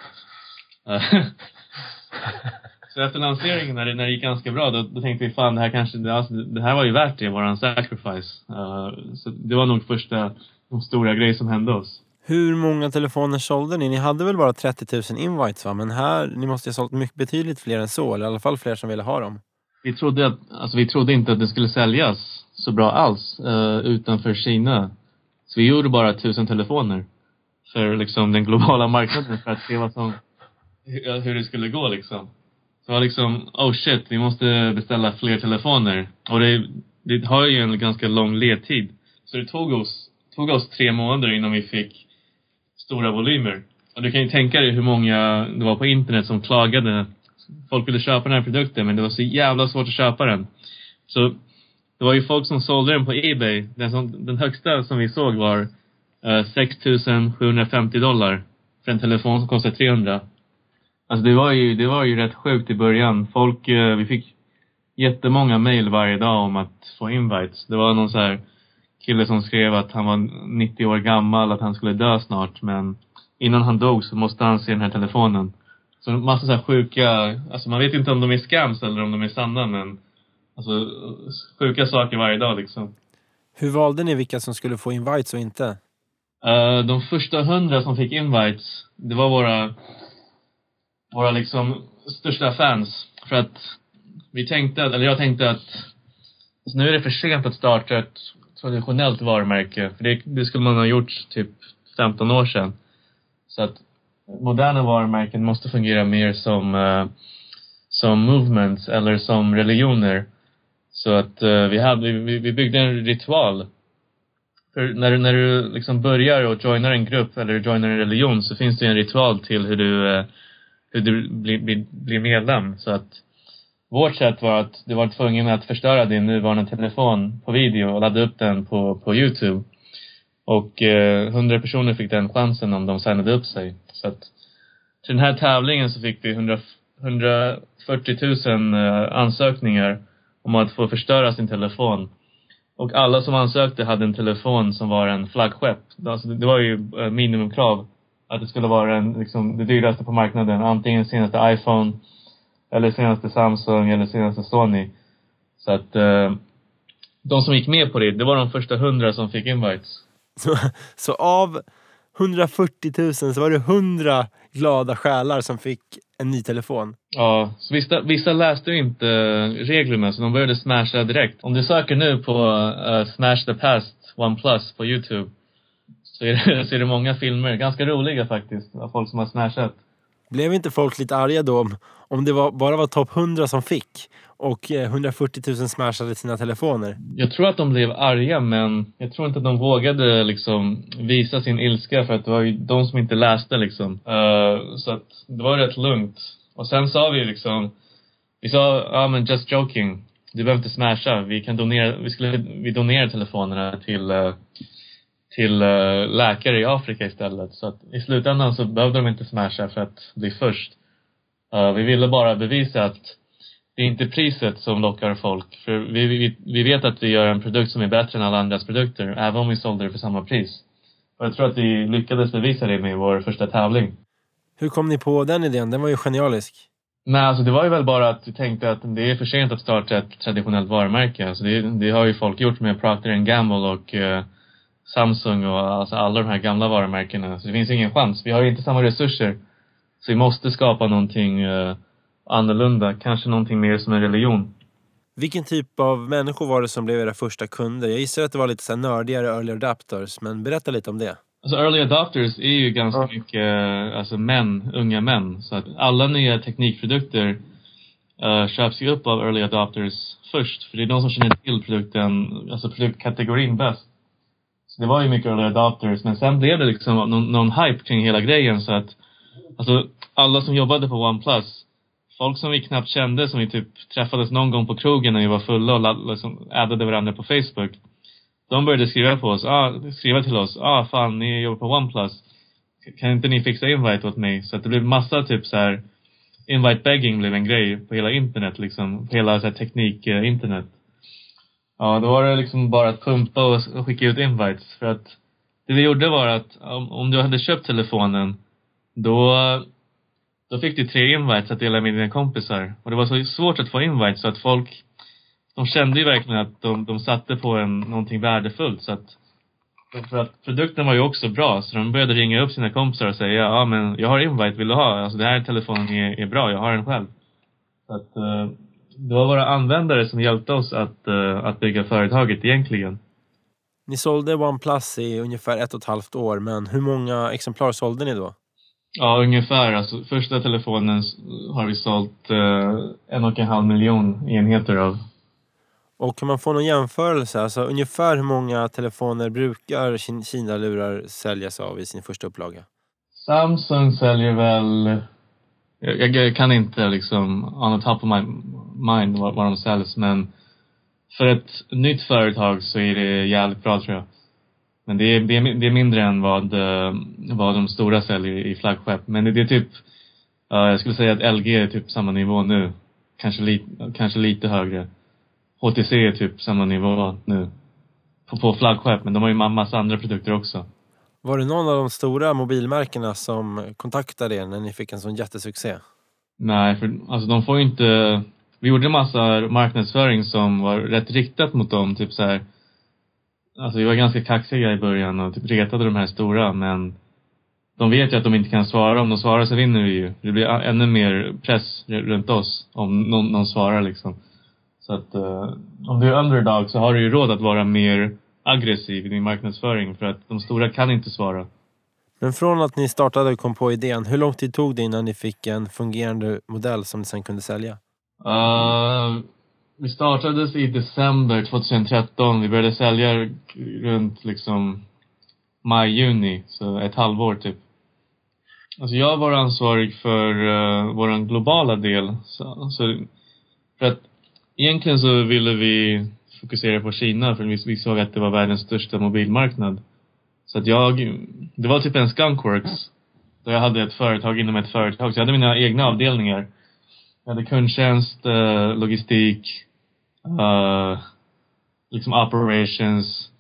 Så efter lanseringen, när det, när det gick ganska bra, då, då tänkte vi, fan, det här kanske, det, alltså, det här var ju värt det, våran sacrifice. Uh, så det var nog första de stora grejer som hände oss. Hur många telefoner sålde ni? Ni hade väl bara trettio tusen invites, va? Men här, ni måste ju ha sålt mycket betydligt fler än så. Eller i alla fall fler som ville ha dem. Vi trodde, att, alltså vi trodde inte att det skulle säljas så bra alls uh, utanför Kina. Så vi gjorde bara tusen telefoner för liksom den globala marknaden, för att se vad som, hur, hur det skulle gå liksom. Så var liksom, oh shit, vi måste beställa fler telefoner. Och det, det har ju en ganska lång ledtid. Så det tog oss, tog oss tre månader innan vi fick stora volymer. Och du kan ju tänka dig hur många det var på internet som klagade. Folk ville köpa den här produkten, men det var så jävla svårt att köpa den. Så det var ju folk som sålde den på eBay. Den, som, den högsta som vi såg var uh, sex tusen sjuhundrafemtio dollar för en telefon som kostar trehundra. Alltså det var ju, det var ju rätt sjukt i början. Folk, uh, vi fick jättemånga mejl varje dag om att få invites. Det var någon så här kille som skrev att han var nittio år gammal, att han skulle dö snart, men innan han dog så måste han se den här telefonen. Så en massa så här sjuka, alltså man vet inte om de är scams eller om de är sanna, men alltså sjuka saker varje dag liksom. Hur valde ni vilka som skulle få invites och inte? Uh, de första hundra som fick invites, det var våra våra liksom största fans. För att vi tänkte, eller jag tänkte att alltså nu är det för sent att starta ett traditionellt varumärke. För det, det skulle man ha gjort typ femton år sedan. Så att moderna varumärken måste fungera mer som uh, som movements eller som religioner. Så att uh, vi, hade, vi, vi byggde en ritual. För när, när du liksom börjar och joinar en grupp eller joinar en religion, så finns det en ritual till hur du, uh, hur du blir, blir, blir medlem. Så att vårt sätt var att du var tvungen att förstöra din nuvarande telefon på video och ladda upp den på, på YouTube. Och eh, hundra personer fick den chansen om de signade upp sig. Så att till den här tävlingen så fick vi hundra, hundrafyrtio tusen eh, ansökningar om att få förstöra sin telefon. Och alla som ansökte hade en telefon som var en flaggskepp. Alltså, det var ju eh, minimumkrav att det skulle vara en, liksom, det dyraste på marknaden. Antingen senaste iPhone, eller senaste Samsung, eller senaste Sony. Så att eh, de som gick med på det, det var de första hundra som fick invites. Så, så av hundrafyrtio tusen så var det hundra glada själar som fick en ny telefon. Ja, så vissa, vissa läste ju inte reglerna, så de började smasha direkt. Om du söker nu på uh, Smash the Past OnePlus på YouTube, så är, det, så är det många filmer, ganska roliga faktiskt, av folk som har smashat. Blev inte folk lite arga då om, om det var, bara var topp hundra som fick och eh, hundrafyrtio tusen smashade sina telefoner? Jag tror att de blev arga, men jag tror inte att de vågade liksom visa sin ilska, för att det var ju de som inte läste liksom. Uh, så att det var rätt lugnt. Och sen sa vi liksom, vi sa, ja ah, men just joking, du behöver inte smasha, vi kan donera, vi skulle vi donera telefonerna till uh, till uh, läkare i Afrika istället. Så att i slutändan så behövde de inte smasha för att bli först. Uh, vi ville bara bevisa att det är inte priset som lockar folk. För vi, vi, vi vet att vi gör en produkt som är bättre än alla andras produkter, även om vi sålde det för samma pris. Och jag tror att vi lyckades bevisa det med vår första tävling. Hur kom ni på den idén? Den var ju genialisk. Nej, alltså det var ju väl bara att vi tänkte att det är för sent att starta ett traditionellt varumärke. Alltså det, det har ju folk gjort med Procter and Gamble och eh, Samsung och alltså alla de här gamla varumärkena. Så det finns ingen chans. Vi har ju inte samma resurser. Så vi måste skapa någonting eh, annorlunda. Kanske någonting mer som en religion. Vilken typ av människor var det som blev era första kunder? Jag gissar att det var lite så här nördigare early adapters, men berätta lite om det. Alltså early adopters är ju ganska ja. mycket alltså män, unga män. Så att alla nya teknikprodukter uh, köps ju upp av early adopters först. För det är de som känner till produkten, alltså produktkategorin bäst. Så det var ju mycket early adopters. Men sen blev det liksom någon, någon hype kring hela grejen. Så att alltså alla som jobbade på OnePlus, folk som vi knappt kände, som vi typ träffades någon gång på krogen när vi var fulla och liksom addade varandra på Facebook. De började skriva på oss, ah, skriva till oss, ah fan, ni jobbar på OnePlus. Kan inte ni fixa invite åt mig? Så att det blev massa typ så här, invite begging blev en grej på hela internet liksom, på hela så här teknik eh, internet. Ja, då var det liksom bara att pumpa och, och skicka ut invites. För att det vi gjorde var att om, om du hade köpt telefonen, då då fick du tre invites att dela med dina kompisar. Och det var så svårt att få invites så att folk, de kände ju verkligen att de, de satte på en, någonting värdefullt. Så att, för att produkten var ju också bra. Så de började ringa upp sina kompisar och säga, ja men jag har invite, vill du ha? Alltså det här telefonen är, är bra, jag har den själv. Så att uh, det var våra användare som hjälpte oss att, uh, att bygga företaget egentligen. Ni sålde OnePlus i ungefär ett och ett halvt år, men hur många exemplar sålde ni då? Ja, ungefär. Alltså, första telefonen har vi sålt uh, en och en halv miljon enheter av. Och kan man få någon jämförelse? Alltså ungefär hur många telefoner brukar Kina-lurar säljas av i sin första upplaga? Samsung säljer väl... Jag, jag kan inte liksom on the top of my mind vad, vad de säljs. Men för ett nytt företag så är det jävligt bra, tror jag. Men det är, det är, det är mindre än vad, vad de stora säljer i flaggskepp. Men det, det är typ... Uh, jag skulle säga att L G är typ samma nivå nu. Kanske, li, kanske lite högre. H T C är typ samma nivå nu. På, på flaggskepp, men de har ju en massa andra produkter också. Var det någon av de stora mobilmärkena som kontaktade er när ni fick en sån jättesuccé? Nej, för alltså de får ju inte... Vi gjorde en massa marknadsföring som var rätt riktat mot dem. Typ så här... Alltså vi var ganska kaxiga i början och typ retade de här stora, men de vet ju att de inte kan svara. Om de svarar så vinner vi ju. Det blir ännu mer press runt oss om någon, någon svarar liksom. Så att uh, om du är underdog så har du ju råd att vara mer aggressiv i din marknadsföring, för att de stora kan inte svara. Men från att ni startade och kom på idén, hur lång tid tog det innan ni fick en fungerande modell som ni sen kunde sälja? Uh, vi startades i december tjugohundratretton. Vi började sälja runt liksom maj-juni, så ett halvår typ. Alltså jag var ansvarig för uh, vår globala del. Så, så för att egentligen så ville vi fokusera på Kina, för vi, vi såg att det var världens största mobilmarknad. Så att jag, det var typ en skunkworks. Där jag hade ett företag inom ett företag. Så jag hade mina egna avdelningar. Jag hade kundtjänst, uh, logistik, uh, liksom operations,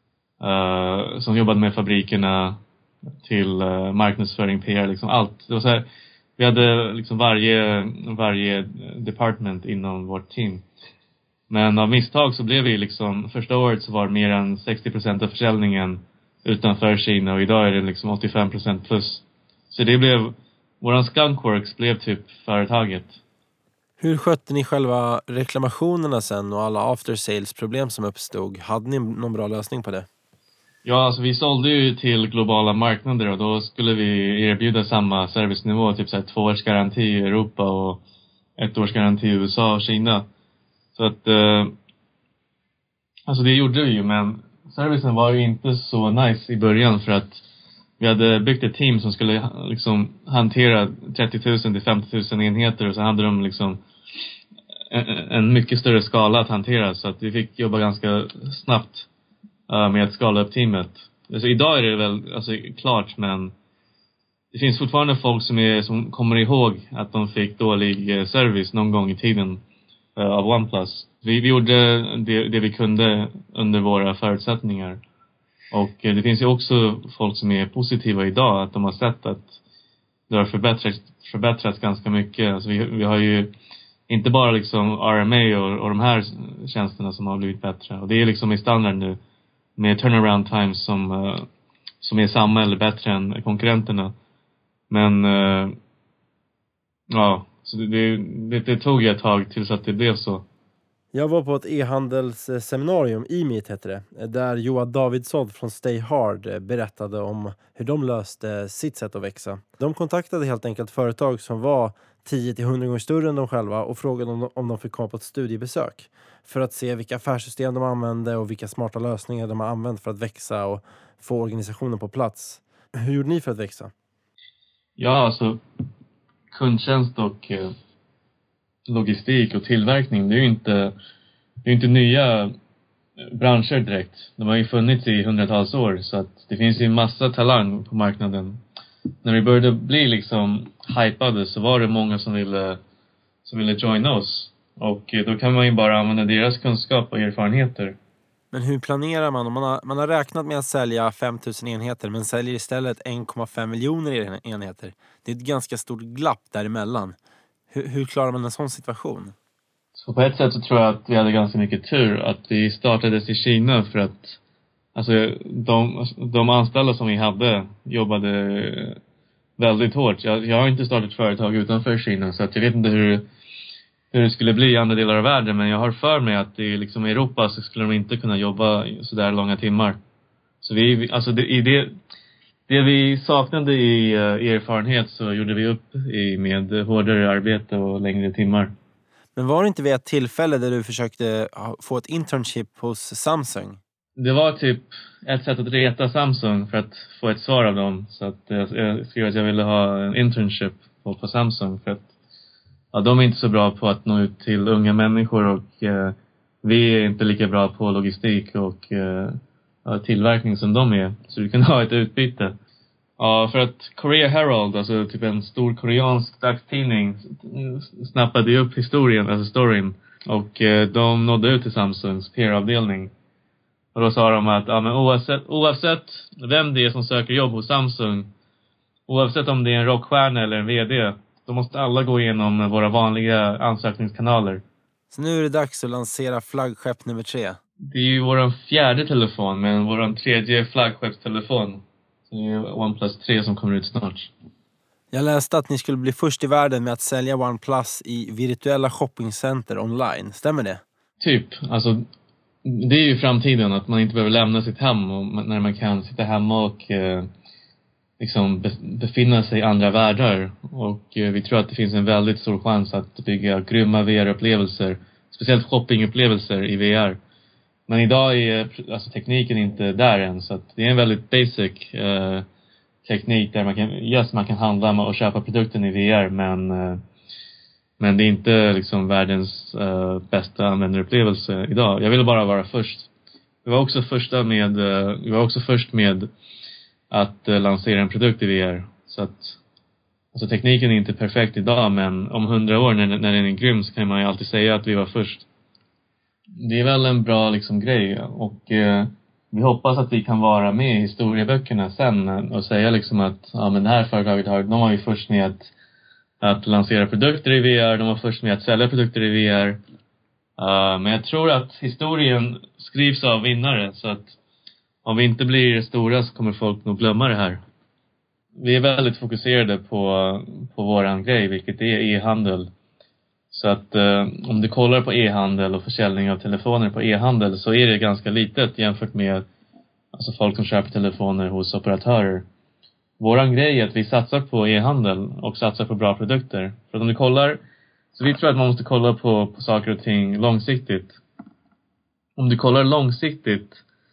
uh, som jobbade med fabrikerna, till uh, marknadsföring, P R, liksom allt. Det var så här, vi hade liksom varje, varje department inom vårt team. Men av misstag så blev vi liksom, första året så var mer än sextio procent av försäljningen utanför Kina, och idag är det liksom åttiofem procent plus. Så det blev, våran skunkworks blev typ företaget. Hur skötte ni själva reklamationerna sen och alla after sales problem som uppstod? Hade ni någon bra lösning på det? Ja, alltså vi sålde ju till globala marknader, och då skulle vi erbjuda samma servicenivå, typ så här två års garanti i Europa och ett års garanti i U S A och Kina. Så att eh, alltså det gjorde vi ju, men servicen var ju inte så nice i början, för att vi hade byggt ett team som skulle liksom hantera trettio tusen till femtio tusen enheter, och så hade de liksom en, en mycket större skala att hantera, så att vi fick jobba ganska snabbt uh, med att skala upp teamet. Alltså idag är det väl alltså, klart, men det finns fortfarande folk som, är, som kommer ihåg att de fick dålig uh, service någon gång i tiden uh, av OnePlus. Vi, vi gjorde det, det vi kunde under våra förutsättningar. Och det finns ju också folk som är positiva idag, att de har sett att det har förbättrats, förbättrats ganska mycket. Alltså vi, vi har ju inte bara liksom R M A och, och de här tjänsterna som har blivit bättre. Och det är liksom i standard nu med turnaround times som, uh, som är samma eller bättre än konkurrenterna. Men uh, ja, så det, det, det tog ju ett tag tills att det blev så. Jag var på ett e-handelsseminarium, E M I T heter det, där Johan Davidsson från Stay Hard berättade om hur de löste sitt sätt att växa. De kontaktade helt enkelt företag som var tio till hundra gånger större än de själva och frågade om de, om de fick komma på ett studiebesök för att se vilka affärssystem de använde och vilka smarta lösningar de har använt för att växa och få organisationen på plats. Hur gjorde ni för att växa? Ja, alltså kundtjänst och eh, logistik och tillverkning, det är ju inte, det är inte nya branscher direkt. De har ju funnits i hundratals år, så att det finns ju en massa talang på marknaden. När vi började bli liksom hypade så var det många som ville, som ville join oss. Och då kan man ju bara använda deras kunskap och erfarenheter. Men hur planerar man? Om man har, man har räknat med att sälja fem tusen enheter men säljer istället en komma fem miljoner enheter. Det är ett ganska stort glapp däremellan. Hur, hur klarar man en sån situation? Så på ett sätt så tror jag att vi hade ganska mycket tur att vi startades i Kina, för att alltså, de, de anställda som vi hade jobbade väldigt hårt. Jag, jag har inte startat företag utanför Kina, så att jag vet inte hur, hur det skulle bli i andra delar av världen. Men jag har för mig att i liksom Europa så skulle de inte kunna jobba så där långa timmar. Så vi, alltså det, i det, det vi saknade i uh, erfarenhet så gjorde vi upp i, med hårdare arbete och längre timmar. Men var det inte vid ett tillfälle där du försökte få ett internship hos Samsung? Det var typ ett sätt att reta Samsung för att få ett svar av dem. Så att jag skrev att jag ville ha en internship på, på Samsung. För att ja, de är inte så bra på att nå ut till unga människor. Och eh, vi är inte lika bra på logistik och eh, tillverkning som de är. Så du kan ha ett utbyte. Ja, för att Korea Herald, alltså typ en stor koreansk dagstidning, snappade ju upp historien, alltså storyn. Och eh, de nådde ut till Samsungs P R-avdelning. Och då sa de att ja, men oavsett, oavsett vem det är som söker jobb hos Samsung, oavsett om det är en rockstjärna eller en vd, då måste alla gå igenom våra vanliga ansökningskanaler. Så nu är det dags att lansera flaggskepp nummer tre. Det är ju vår fjärde telefon, men vår tredje flaggskeppstelefon. Så det är OnePlus tre som kommer ut snart. Jag läste att ni skulle bli först i världen med att sälja OnePlus i virtuella shoppingcenter online. Stämmer det? Typ, alltså det är ju framtiden, att man inte behöver lämna sitt hem och när man kan sitta hemma och eh, liksom befinna sig i andra världar. Och eh, vi tror att det finns en väldigt stor chans att bygga grymma V R-upplevelser, speciellt shoppingupplevelser i V R. Men idag är alltså tekniken inte där än, så att det är en väldigt basic eh, teknik där man kan, yes, man kan handla och köpa produkten i V R, men eh, Men det är inte liksom världens uh, bästa användarupplevelse idag. Jag ville bara vara först. Vi var också första med uh, vi var också först med att uh, lansera en produkt i V R. Så att alltså tekniken är inte perfekt idag, men om hundra år när, när den är grym så kan man ju alltid säga att vi var först. Det är väl en bra liksom grej, och uh, vi hoppas att vi kan vara med i historieböckerna sen och säga liksom att ja, men det här företaget har, de var ju först med att att lansera produkter i V R. De var först med att sälja produkter i V R. Uh, men jag tror att historien skrivs av vinnare. Så att om vi inte blir stora så kommer folk nog glömma det här. Vi är väldigt fokuserade på, på våran grej, vilket är e-handel. Så att uh, om du kollar på e-handel och försäljning av telefoner på e-handel, så är det ganska litet jämfört med alltså folk som köper telefoner hos operatörer. Våran grej är att vi satsar på e-handel och satsar på bra produkter. För att om du kollar, så vi tror att man måste kolla på, på saker och ting långsiktigt. Om du kollar långsiktigt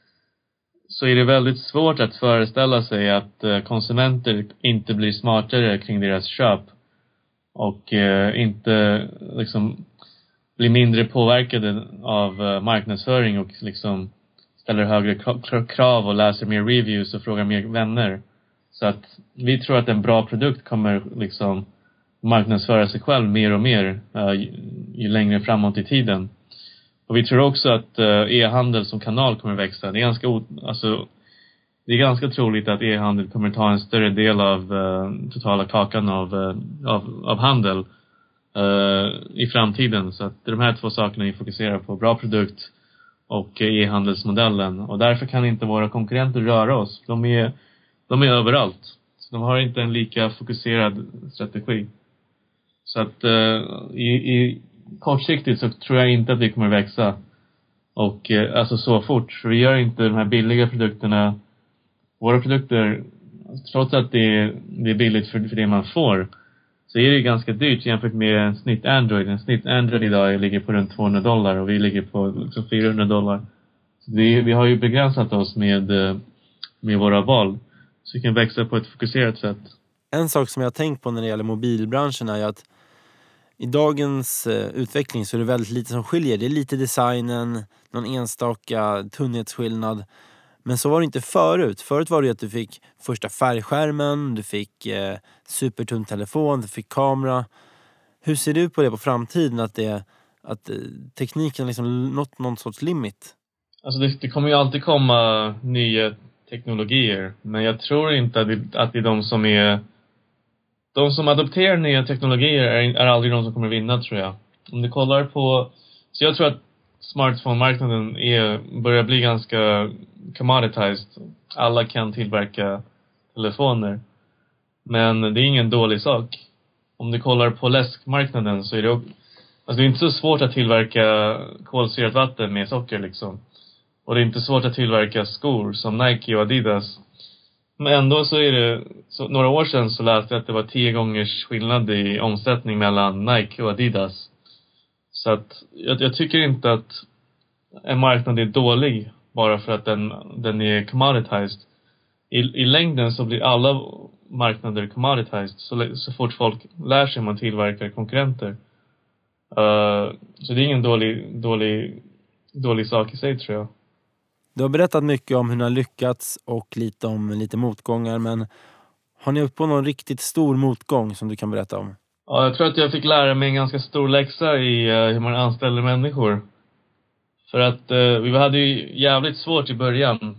så är det väldigt svårt att föreställa sig att eh, konsumenter inte blir smartare kring deras köp. Och eh, inte liksom blir mindre påverkade av eh, marknadsföring och liksom ställer högre krav och läser mer reviews och frågar mer vänner. Så att vi tror att en bra produkt kommer liksom marknadsföra sig själv mer och mer uh, ju, ju längre framåt i tiden. Och vi tror också att uh, e-handel som kanal kommer växa. Det är ganska o- alltså det är ganska troligt att e-handel kommer ta en större del av uh, totala kakan av, uh, av, av handel uh, i framtiden. Så att de här två sakerna vi fokuserar på, bra produkt och e-handelsmodellen. Och därför kan inte våra konkurrenter röra oss. De är, de är överallt. Så de har inte en lika fokuserad strategi. Så att uh, i, i kortsiktigt så tror jag inte att vi kommer växa. Och uh, alltså så fort. Så vi gör inte de här billiga produkterna. Våra produkter, trots att det är, det är billigt för, för det man får, så är det ganska dyrt jämfört med en snitt Android. En snitt Android idag ligger på runt tvåhundra dollar och vi ligger på liksom fyrahundra dollar. Så vi, vi har ju begränsat oss med, med våra val. Så vi kan växa på ett fokuserat sätt. En sak som jag har tänkt på när det gäller mobilbranschen är ju att i dagens eh, utveckling så är det väldigt lite som skiljer. Det är lite designen, någon enstaka tunnhetsskillnad. Men så var det inte förut. Förut var det att du fick första färgskärmen, du fick eh, supertunn telefon, du fick kamera. Hur ser du på det på framtiden? Att, det, att eh, tekniken liksom nått någon sorts limit? Alltså det, det kommer ju alltid komma nya teknologier. Men jag tror inte att det, att det är de som är... De som adopterar nya teknologier är, är aldrig de som kommer vinna, tror jag. Om du kollar på... Så jag tror att smartphone-marknaden är, börjar bli ganska commoditized. Alla kan tillverka telefoner. Men det är ingen dålig sak. Om du kollar på läskmarknaden så är det... Alltså det är inte så svårt att tillverka kolsyrat vatten med socker liksom. Och det är inte svårt att tillverka skor som Nike och Adidas. Men ändå så är det... Så några år sedan så läste jag att det var tio gångers skillnad i omsättning mellan Nike och Adidas. Så att jag, jag tycker inte att en marknad är dålig bara för att den, den är commoditized. I, I längden så blir alla marknader commoditized så, så fort folk lär sig man tillverkar konkurrenter. Uh, så det är ingen dålig, dålig, dålig sak i sig, tror jag. Du har berättat mycket om hur ni har lyckats och lite om lite motgångar, men har ni upp på någon riktigt stor motgång som du kan berätta om? Ja, jag tror att jag fick lära mig en ganska stor läxa i uh, hur man anställer människor. För att uh, vi hade ju jävligt svårt i början.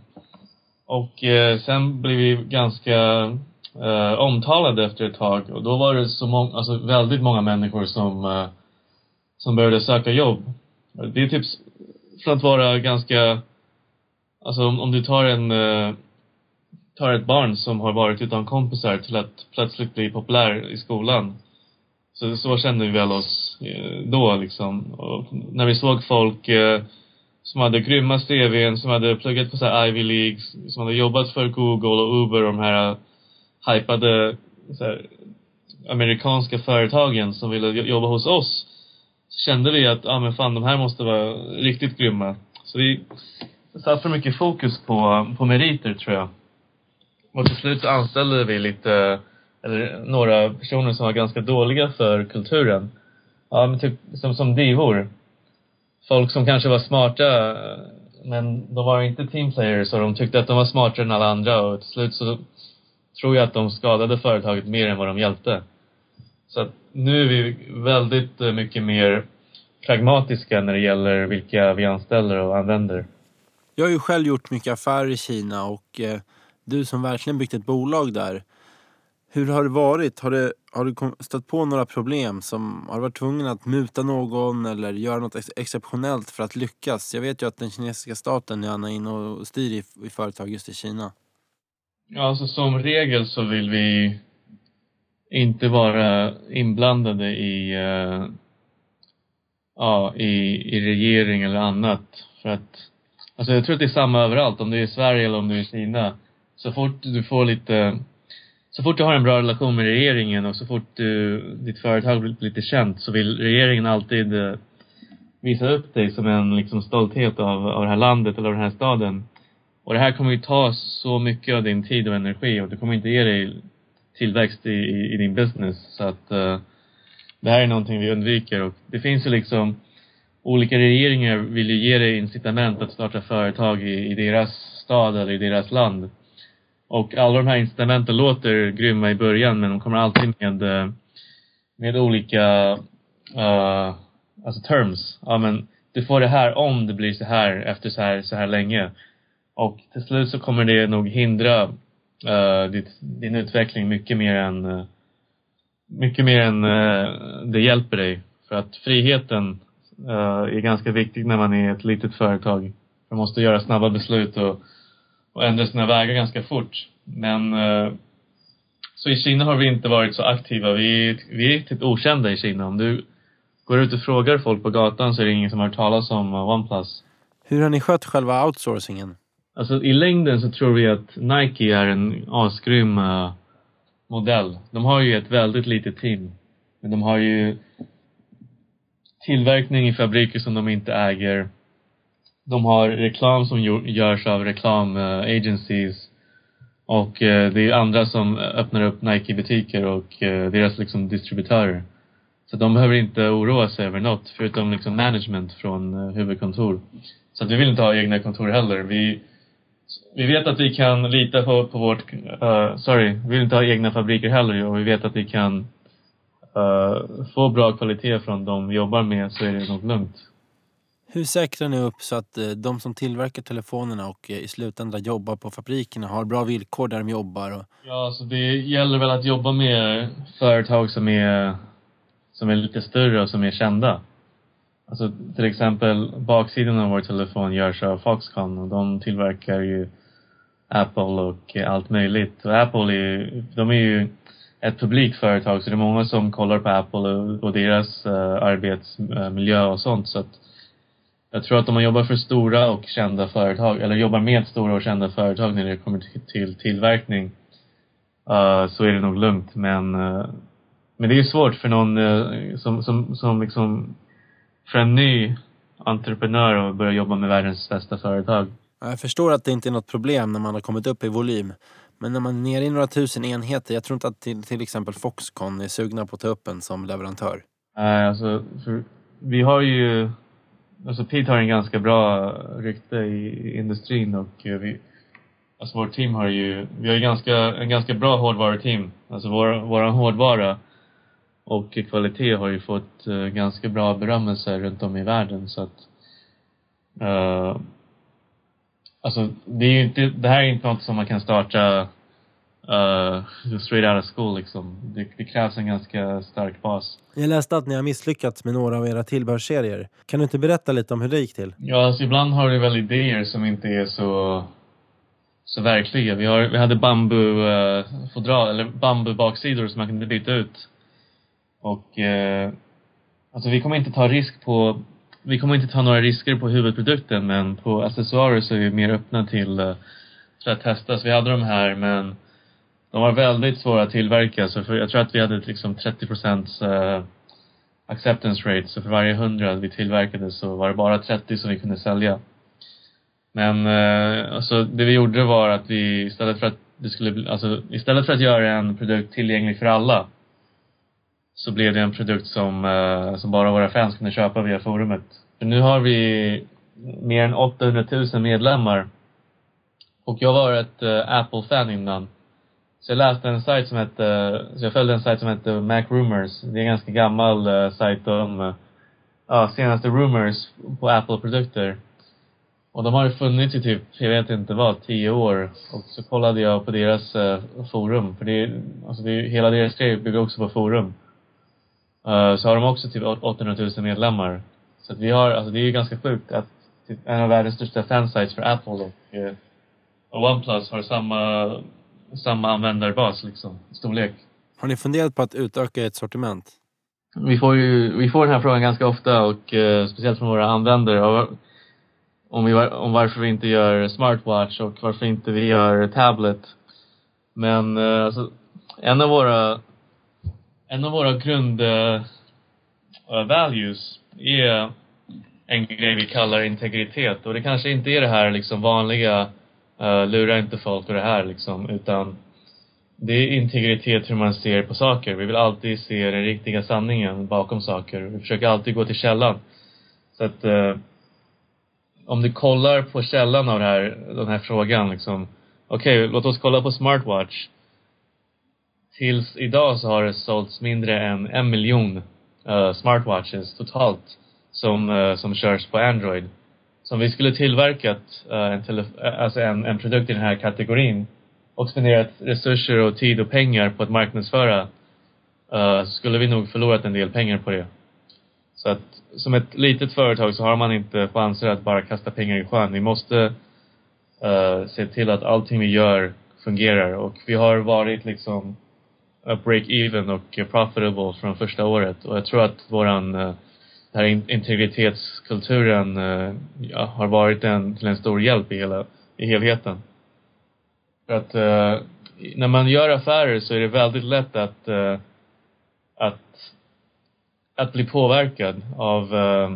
Och uh, sen blev vi ganska uh, omtalade efter ett tag. Och då var det så många, alltså väldigt många människor som, uh, som började söka jobb. Det är typ från att vara ganska... Alltså om, om du tar en... Uh, tar ett barn som har varit utan kompisar till att plötsligt bli populär i skolan. Så, så kände vi väl oss eh, då liksom. Och när vi såg folk eh, som hade grymma C V:n, som hade pluggat på så här Ivy League, som hade jobbat för Google och Uber, och de här uh, hypade så här, amerikanska företagen som ville jobba hos oss, så kände vi att ah, men fan, de här måste vara riktigt grymma. Så vi satt för mycket fokus på, på meriter, tror jag. Och till slut anställde vi lite, eller några personer som var ganska dåliga för kulturen. Ja, men typ som, som divor. Folk som kanske var smarta, men de var inte teamplayers, och de tyckte att de var smartare än alla andra. Och till slut så tror jag att de skadade företaget mer än vad de hjälpte. Så att nu är vi väldigt mycket mer pragmatiska när det gäller vilka vi anställer och använder. Jag har ju själv gjort mycket affärer i Kina, och eh, du som verkligen byggt ett bolag där. Hur har det varit? Har, det, har du stött på några problem som har varit tvungen att muta någon eller göra något ex- exceptionellt för att lyckas? Jag vet ju att den kinesiska staten är gärna in och styr i, i företag just i Kina. Ja, alltså som regel så vill vi inte vara inblandade i, uh, ja, i, i regering eller annat. För att, alltså jag tror att det är samma överallt, om du är i Sverige eller om du är i Kina. Så fort du får lite... Så fort du har en bra relation med regeringen och så fort du, ditt företag blir lite känt, så vill regeringen alltid uh, visa upp dig som en liksom stolthet av, av det här landet eller av den här staden. Och det här kommer ju ta så mycket av din tid och energi, och det kommer inte ge dig tillväxt i, i, i din business. Så att uh, det här är någonting vi undviker. Och det finns ju liksom, olika regeringar vill ju ge dig incitament att starta företag i, i deras stad eller i deras land. Och alla de här incitamenten låter grymma i början, men de kommer alltid med, med olika uh, alltså terms. Ja, men du får det här om det blir så här efter så här, så här länge. Och till slut så kommer det nog hindra uh, ditt, din utveckling mycket mer än uh, mycket mer än uh, det hjälper dig. För att friheten uh, är ganska viktig när man är ett litet företag. Man måste göra snabba beslut och, och ändra sina vägar ganska fort. Men uh, så i Kina har vi inte varit så aktiva. Vi, vi är typ okända i Kina. Om du går ut och frågar folk på gatan så är det ingen som har hört talas om uh, OnePlus. Hur har ni skött själva outsourcingen? Alltså i längden så tror vi att Nike är en asgrym uh, modell. De har ju ett väldigt litet team. Men de har ju tillverkning i fabriker som de inte äger. De har reklam som görs av reklam uh, agencies. Och uh, det är andra som öppnar upp Nike-butiker och uh, deras liksom distributörer. Så de behöver inte oroa sig över något förutom liksom management från uh, huvudkontor. Så att vi vill inte ha egna kontor heller. Vi, vi vet att vi kan lita på, på vårt... Uh, sorry, vi vill inte ha egna fabriker heller. Och vi vet att vi kan uh, få bra kvalitet från de vi jobbar med, så är det nog lugnt. Hur säkrar ni upp så att uh, de som tillverkar telefonerna och uh, i slutändan jobbar på fabrikerna har bra villkor där de jobbar? Och... Ja, så det gäller väl att jobba med företag som är, som är lite större och som är kända. Alltså till exempel baksidan av vår telefon görs av Foxconn och de tillverkar ju Apple och allt möjligt. Och Apple är, de är ju ett publikföretag, så det är många som kollar på Apple och, och deras uh, arbetsmiljö och sånt. Så att jag tror att om man jobbar för stora och kända företag, eller jobbar med stora och kända företag när det kommer till, till tillverkning, uh, så är det nog lugnt. Men, uh, men det är ju svårt för någon uh, som, som, som liksom för en ny entreprenör att börja jobba med världens bästa företag. Jag förstår att det inte är något problem när man har kommit upp i volym. Men när man är nere i några tusen enheter, jag tror inte att till, till exempel Foxconn är sugna på att ta upp en som leverantör. Nej, alltså, för vi har ju... Alltså Pete har en ganska bra rykte i industrin och vi... Alltså vårt team har ju... Vi har ju ganska, en ganska bra hårdvaruteam. Alltså vår, vår hårdvara och kvalitet har ju fått uh, ganska bra berömmelse runt om i världen, så att uh, alltså det är ju inte, det här är inte något som man kan starta uh, straight out of school liksom. Det, det krävs en ganska stark bas. Jag läste att ni har misslyckats med några av era tillbehörsserier. Kan du inte berätta lite om hur det gick till? Ja, alltså ibland har vi väl idéer som inte är så så verkliga. Vi har vi hade bambu uh, fodral eller bambu baksidor som man kunde byta ut. Och eh, alltså vi kommer inte ta risk på vi kommer inte ta några risker på huvudprodukten, men på accessoarer så är vi mer öppna till eh, för att testa. Så vi hade de här, men de var väldigt svåra att tillverka, så för, jag tror att vi hade liksom trettio procent eh, acceptance rate, så för varje hundra vi tillverkade så var det bara trettio som vi kunde sälja. Men eh, alltså det vi gjorde var att vi istället för att det skulle alltså istället för att göra en produkt tillgänglig för alla, så blev det en produkt som, uh, som bara våra fans kunde köpa via forumet. För nu har vi mer än åttahundratusen medlemmar. Och jag var ett uh, Apple-fan innan. Så jag läste en sajt som hette, uh, så jag följde en sajt som hette Mac Rumors. Det är en ganska gammal uh, sajt om uh, uh, senaste rumors på Apple-produkter. Och de har ju funnits i typ, jag vet inte vad, tio år. Och så kollade jag på deras uh, forum. För det är, alltså det är, hela deras grej bygger också på forum. Uh, så har de också typ åttahundratusen medlemmar. Så att vi har, alltså det är ju ganska sjukt att typ en av världens största fansites för Apple och, uh, och OnePlus har samma, samma användarbas liksom, storlek. Har ni funderat på att utöka ett sortiment? Vi får ju, vi får den här frågan ganska ofta och uh, speciellt från våra användare och, om, vi, om varför vi inte gör smartwatch och varför inte vi gör tablet. Men uh, alltså, en av våra En av våra grund uh, values är en grej vi kallar integritet. Och det kanske inte är det här liksom vanliga uh, lura inte folk och det här liksom, utan det är integritet hur man ser på saker. Vi vill alltid se den riktiga sanningen bakom saker. Vi försöker alltid gå till källan. Så att uh, om du kollar på källan av det här, den här frågan liksom, okej, okay, låt oss kolla på smartwatch. Tills idag så har det sålts mindre än en miljon uh, smartwatches totalt som, uh, som körs på Android. som vi skulle tillverkat uh, en, tele- alltså en, en produkt i den här kategorin och spenderat resurser och tid och pengar på att marknadsföra, uh, så skulle vi nog förlorat en del pengar på det. Så att som ett litet företag så har man inte chanser att bara kasta pengar i sjön. Vi måste uh, se till att allting vi gör fungerar. Och vi har varit liksom uh, break-even och uh, profitable från första året. Och jag tror att våran uh, den här in- integritetskulturen uh, ja, har varit en, till en stor hjälp i, hela, i helheten. För att uh, när man gör affärer så är det väldigt lätt att uh, att att bli påverkad av uh,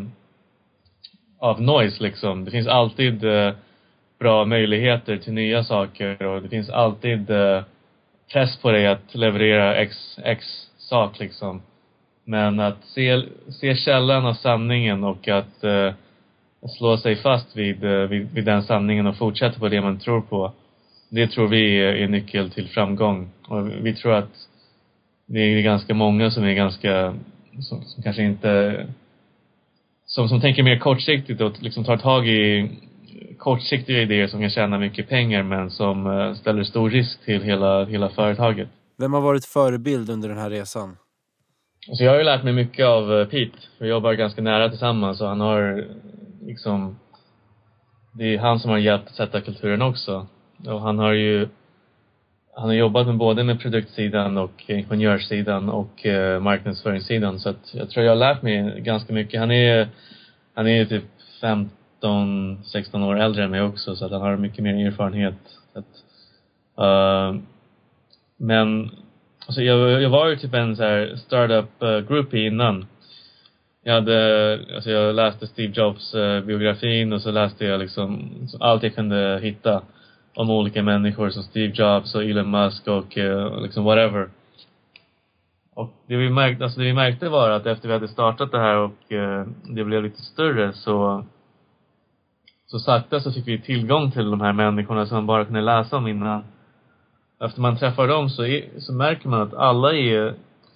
av noise liksom. Det finns alltid uh, bra möjligheter till nya saker och det finns alltid uh, press på dig att leverera x, x sak liksom. Men att se, se källan av sanningen och att uh, slå sig fast vid, uh, vid, vid den sanningen och fortsätta på det man tror på, det tror vi är nyckel till framgång. Och vi tror att det är ganska många som är ganska Som, som kanske inte som, som tänker mer kortsiktigt och liksom tar tag i kortsiktiga idéer som kan tjäna mycket pengar men som uh, ställer stor risk till hela, hela företaget. Vem har varit förebild under den här resan? Så jag har ju lärt mig mycket av uh, Pete. Vi jobbar ganska nära tillsammans och han har liksom, det är han som har hjälpt att sätta kulturen också. Och han har ju Han har jobbat med både med produktsidan och ingenjörssidan och eh, marknadsföringssidan. Så att jag tror jag har lärt mig ganska mycket. Han är, han är typ femton sexton år äldre än mig också. Så att han har mycket mer erfarenhet. Så att, uh, men alltså jag, jag var ju typ en så här startup uh, groupie innan. Jag hade, alltså jag läste Steve Jobs uh, biografin och så läste jag liksom allt jag kunde hitta om olika människor som Steve Jobs och Elon Musk och uh, liksom whatever. Och det vi märkte, alltså det vi märkte var att efter vi hade startat det här och uh, det blev lite större så så sakta så fick vi tillgång till de här människorna som man bara kunde läsa om innan. Efter man träffar dem så, är, så märker man att alla är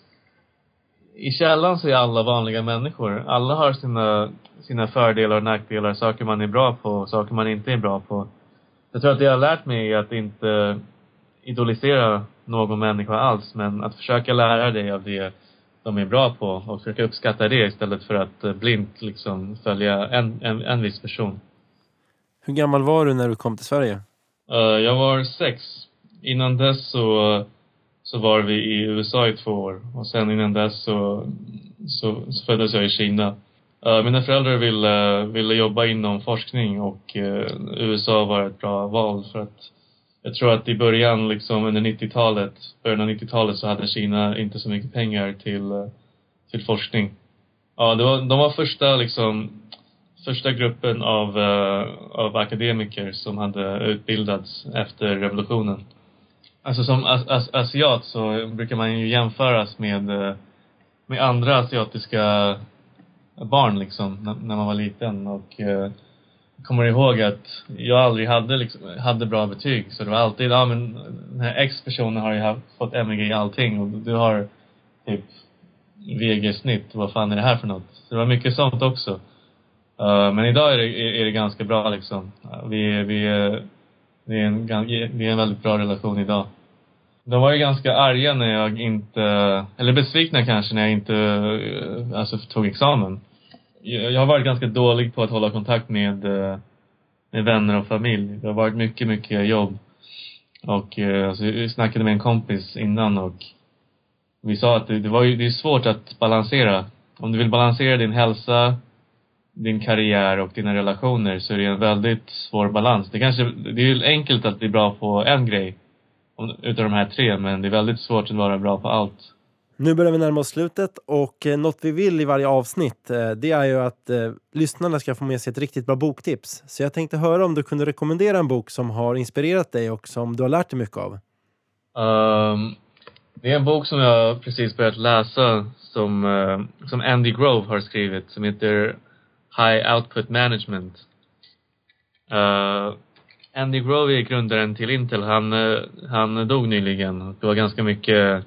i källan så är alla vanliga människor. Alla har sina, sina fördelar och nackdelar, saker man är bra på och saker man inte är bra på. Jag tror att det jag har lärt mig är att inte idolisera någon människa alls, men att försöka lära dig av det de är bra på och försöka uppskatta det istället för att blint liksom följa en, en, en viss person. Hur gammal var du när du kom till Sverige? Uh, jag var sex. Innan dess så, så var vi i U S A i två år. Och sen innan dess så, så, så föddes jag i Kina. Uh, mina föräldrar ville, ville jobba inom forskning och uh, U S A var ett bra val för att jag tror att i början liksom under nittiotalet, början av nittiotalet så hade Kina inte så mycket pengar till, uh, till forskning. Ja, det var, de var första liksom första gruppen av, uh, av akademiker som hade utbildats efter revolutionen. Alltså som as, as, asiat så brukar man ju jämföras med, uh, med andra asiatiska barn liksom när, när man var liten. Och uh, kommer ihåg att jag aldrig hade, liksom, hade bra betyg. Så det var alltid, ja men den här X-personen har ju haft, fått M V G i allting och du har typ V G-snitt. Vad fan är det här för något? Så det var mycket sånt också. Uh, men idag är det, är, är det ganska bra liksom. Uh, vi, vi, vi, är en, vi är en väldigt bra relation idag. De var ju ganska arga när jag inte, eller besvikna kanske när jag inte uh, alltså, tog examen. Jag, jag har varit ganska dålig på att hålla kontakt med, uh, med vänner och familj. Det har varit mycket, mycket jobb. Och uh, alltså, vi snackade med en kompis innan och vi sa att det, det, var ju, det är svårt att balansera. Om du vill balansera din hälsa, din karriär och dina relationer så är det en väldigt svår balans. Det kanske det är enkelt att bli bra på en grej utav de här tre, men det är väldigt svårt att vara bra på allt. Nu börjar vi närma oss slutet och eh, något vi vill i varje avsnitt eh, det är ju att eh, lyssnarna ska få med sig ett riktigt bra boktips. Så jag tänkte höra om du kunde rekommendera en bok som har inspirerat dig och som du har lärt dig mycket av. Um, det är en bok som jag precis börjat läsa som, uh, som Andy Grove har skrivit som heter High Output Management. Uh, Andy Grove är grundaren till Intel. Han, uh, han dog nyligen. Det var ganska mycket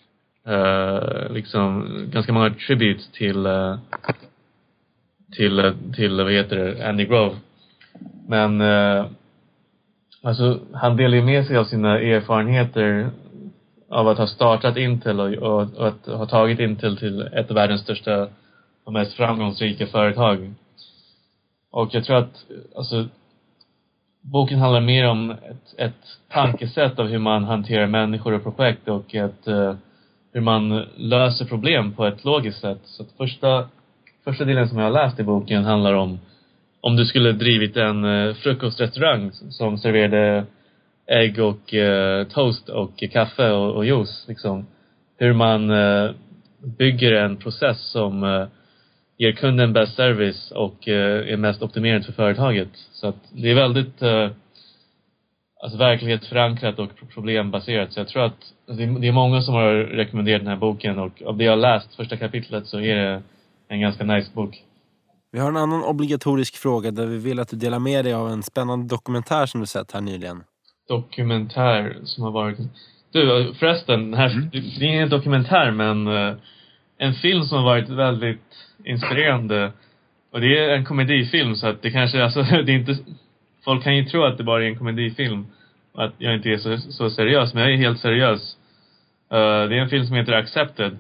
uh, liksom, ganska många tributes till uh, till, uh, till vad heter det, Andy Grove. Men eh, alltså, han delar ju med sig av sina erfarenheter av att ha startat Intel och, och, och att ha tagit Intel till ett av världens största och mest framgångsrika företag. Och jag tror att alltså, boken handlar mer om ett, ett tankesätt av hur man hanterar människor och projekt och ett, uh, hur man löser problem på ett logiskt sätt. Så att första, första delen som jag har läst i boken handlar om om du skulle drivit en uh, frukostrestaurang som serverade ägg och uh, toast och kaffe och, och juice. Liksom. Hur man uh, bygger en process som uh, ger kunden bäst service och uh, är mest optimerad för företaget. Så att det är väldigt uh, alltså verklighetsförankrat och problembaserat. Så jag tror att alltså det, är, det är många som har rekommenderat den här boken, och av det jag har läst första kapitlet så är det en ganska nice bok. Vi har en annan obligatorisk fråga där vi vill att du delar med dig av en spännande dokumentär som du sett här nyligen. Dokumentär som har varit... Du, förresten, den här, Mm. det är ingen dokumentär, men uh, en film som har varit väldigt inspirerande. Och det är en komedifilm, så att det kanske, alltså, det är inte... Folk kan ju tro att det bara är en komedifilm och att jag inte är så, så seriös, men jag är helt seriös. Uh, det är en film som heter Accepted.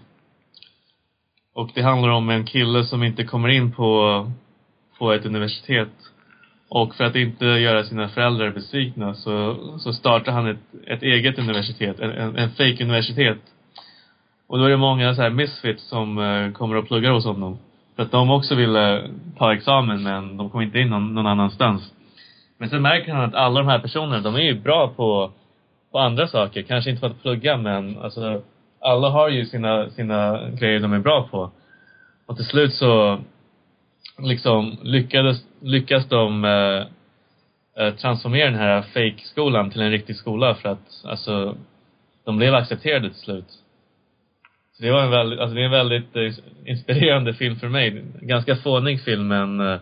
Och det handlar om en kille som inte kommer in på, på ett universitet. Och för att inte göra sina föräldrar besvikna så, så startar han ett, ett eget universitet, en, en, en fake universitet. Och då är det många så här misfits som uh, kommer att plugga hos honom. För att de också ville ta examen, men de kom inte in någon, någon annanstans. Men sen märker han att alla de här personerna, de är ju bra på, på andra saker. Kanske inte för att plugga, men alltså, alla har ju sina, sina grejer de är bra på. Och till slut så liksom lyckades, lyckas de eh, transformera den här fake-skolan till en riktig skola. För att alltså, de blev accepterade till slut. Så det var en väldigt, alltså det är en väldigt eh, inspirerande film för mig. Ganska fånig film, men eh,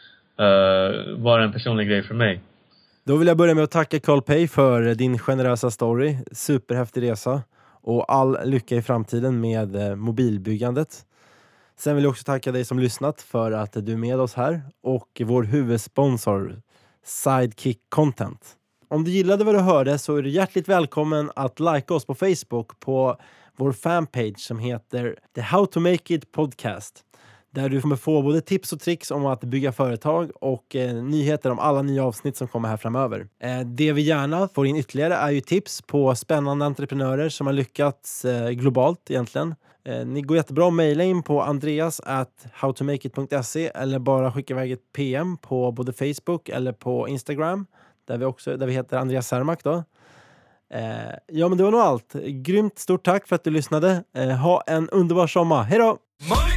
Uh, var en personlig grej för mig. Då vill jag börja med att tacka Carl Pei för din generösa story. Superhäftig resa. Och all lycka i framtiden med eh, mobilbyggandet. Sen vill jag också tacka dig som lyssnat för att du är med oss här. Och vår huvudsponsor Sidekick Content. Om du gillade vad du hörde så är du hjärtligt välkommen att like oss på Facebook på vår fanpage som heter The How to Make It Podcast. Där du kommer få både tips och tricks om att bygga företag och eh, nyheter om alla nya avsnitt som kommer här framöver. Eh, det vi gärna får in ytterligare är ju tips på spännande entreprenörer som har lyckats eh, globalt egentligen. Eh, ni går jättebra att mejla in på andreas at howtomakeit punkt se eller bara skicka iväg ett P M på både Facebook eller på Instagram där vi, också, där vi heter Andreas Sermak då. Eh, ja, men det var nog allt. Grymt stort tack för att du lyssnade. Eh, ha en underbar sommar. Hej då! Money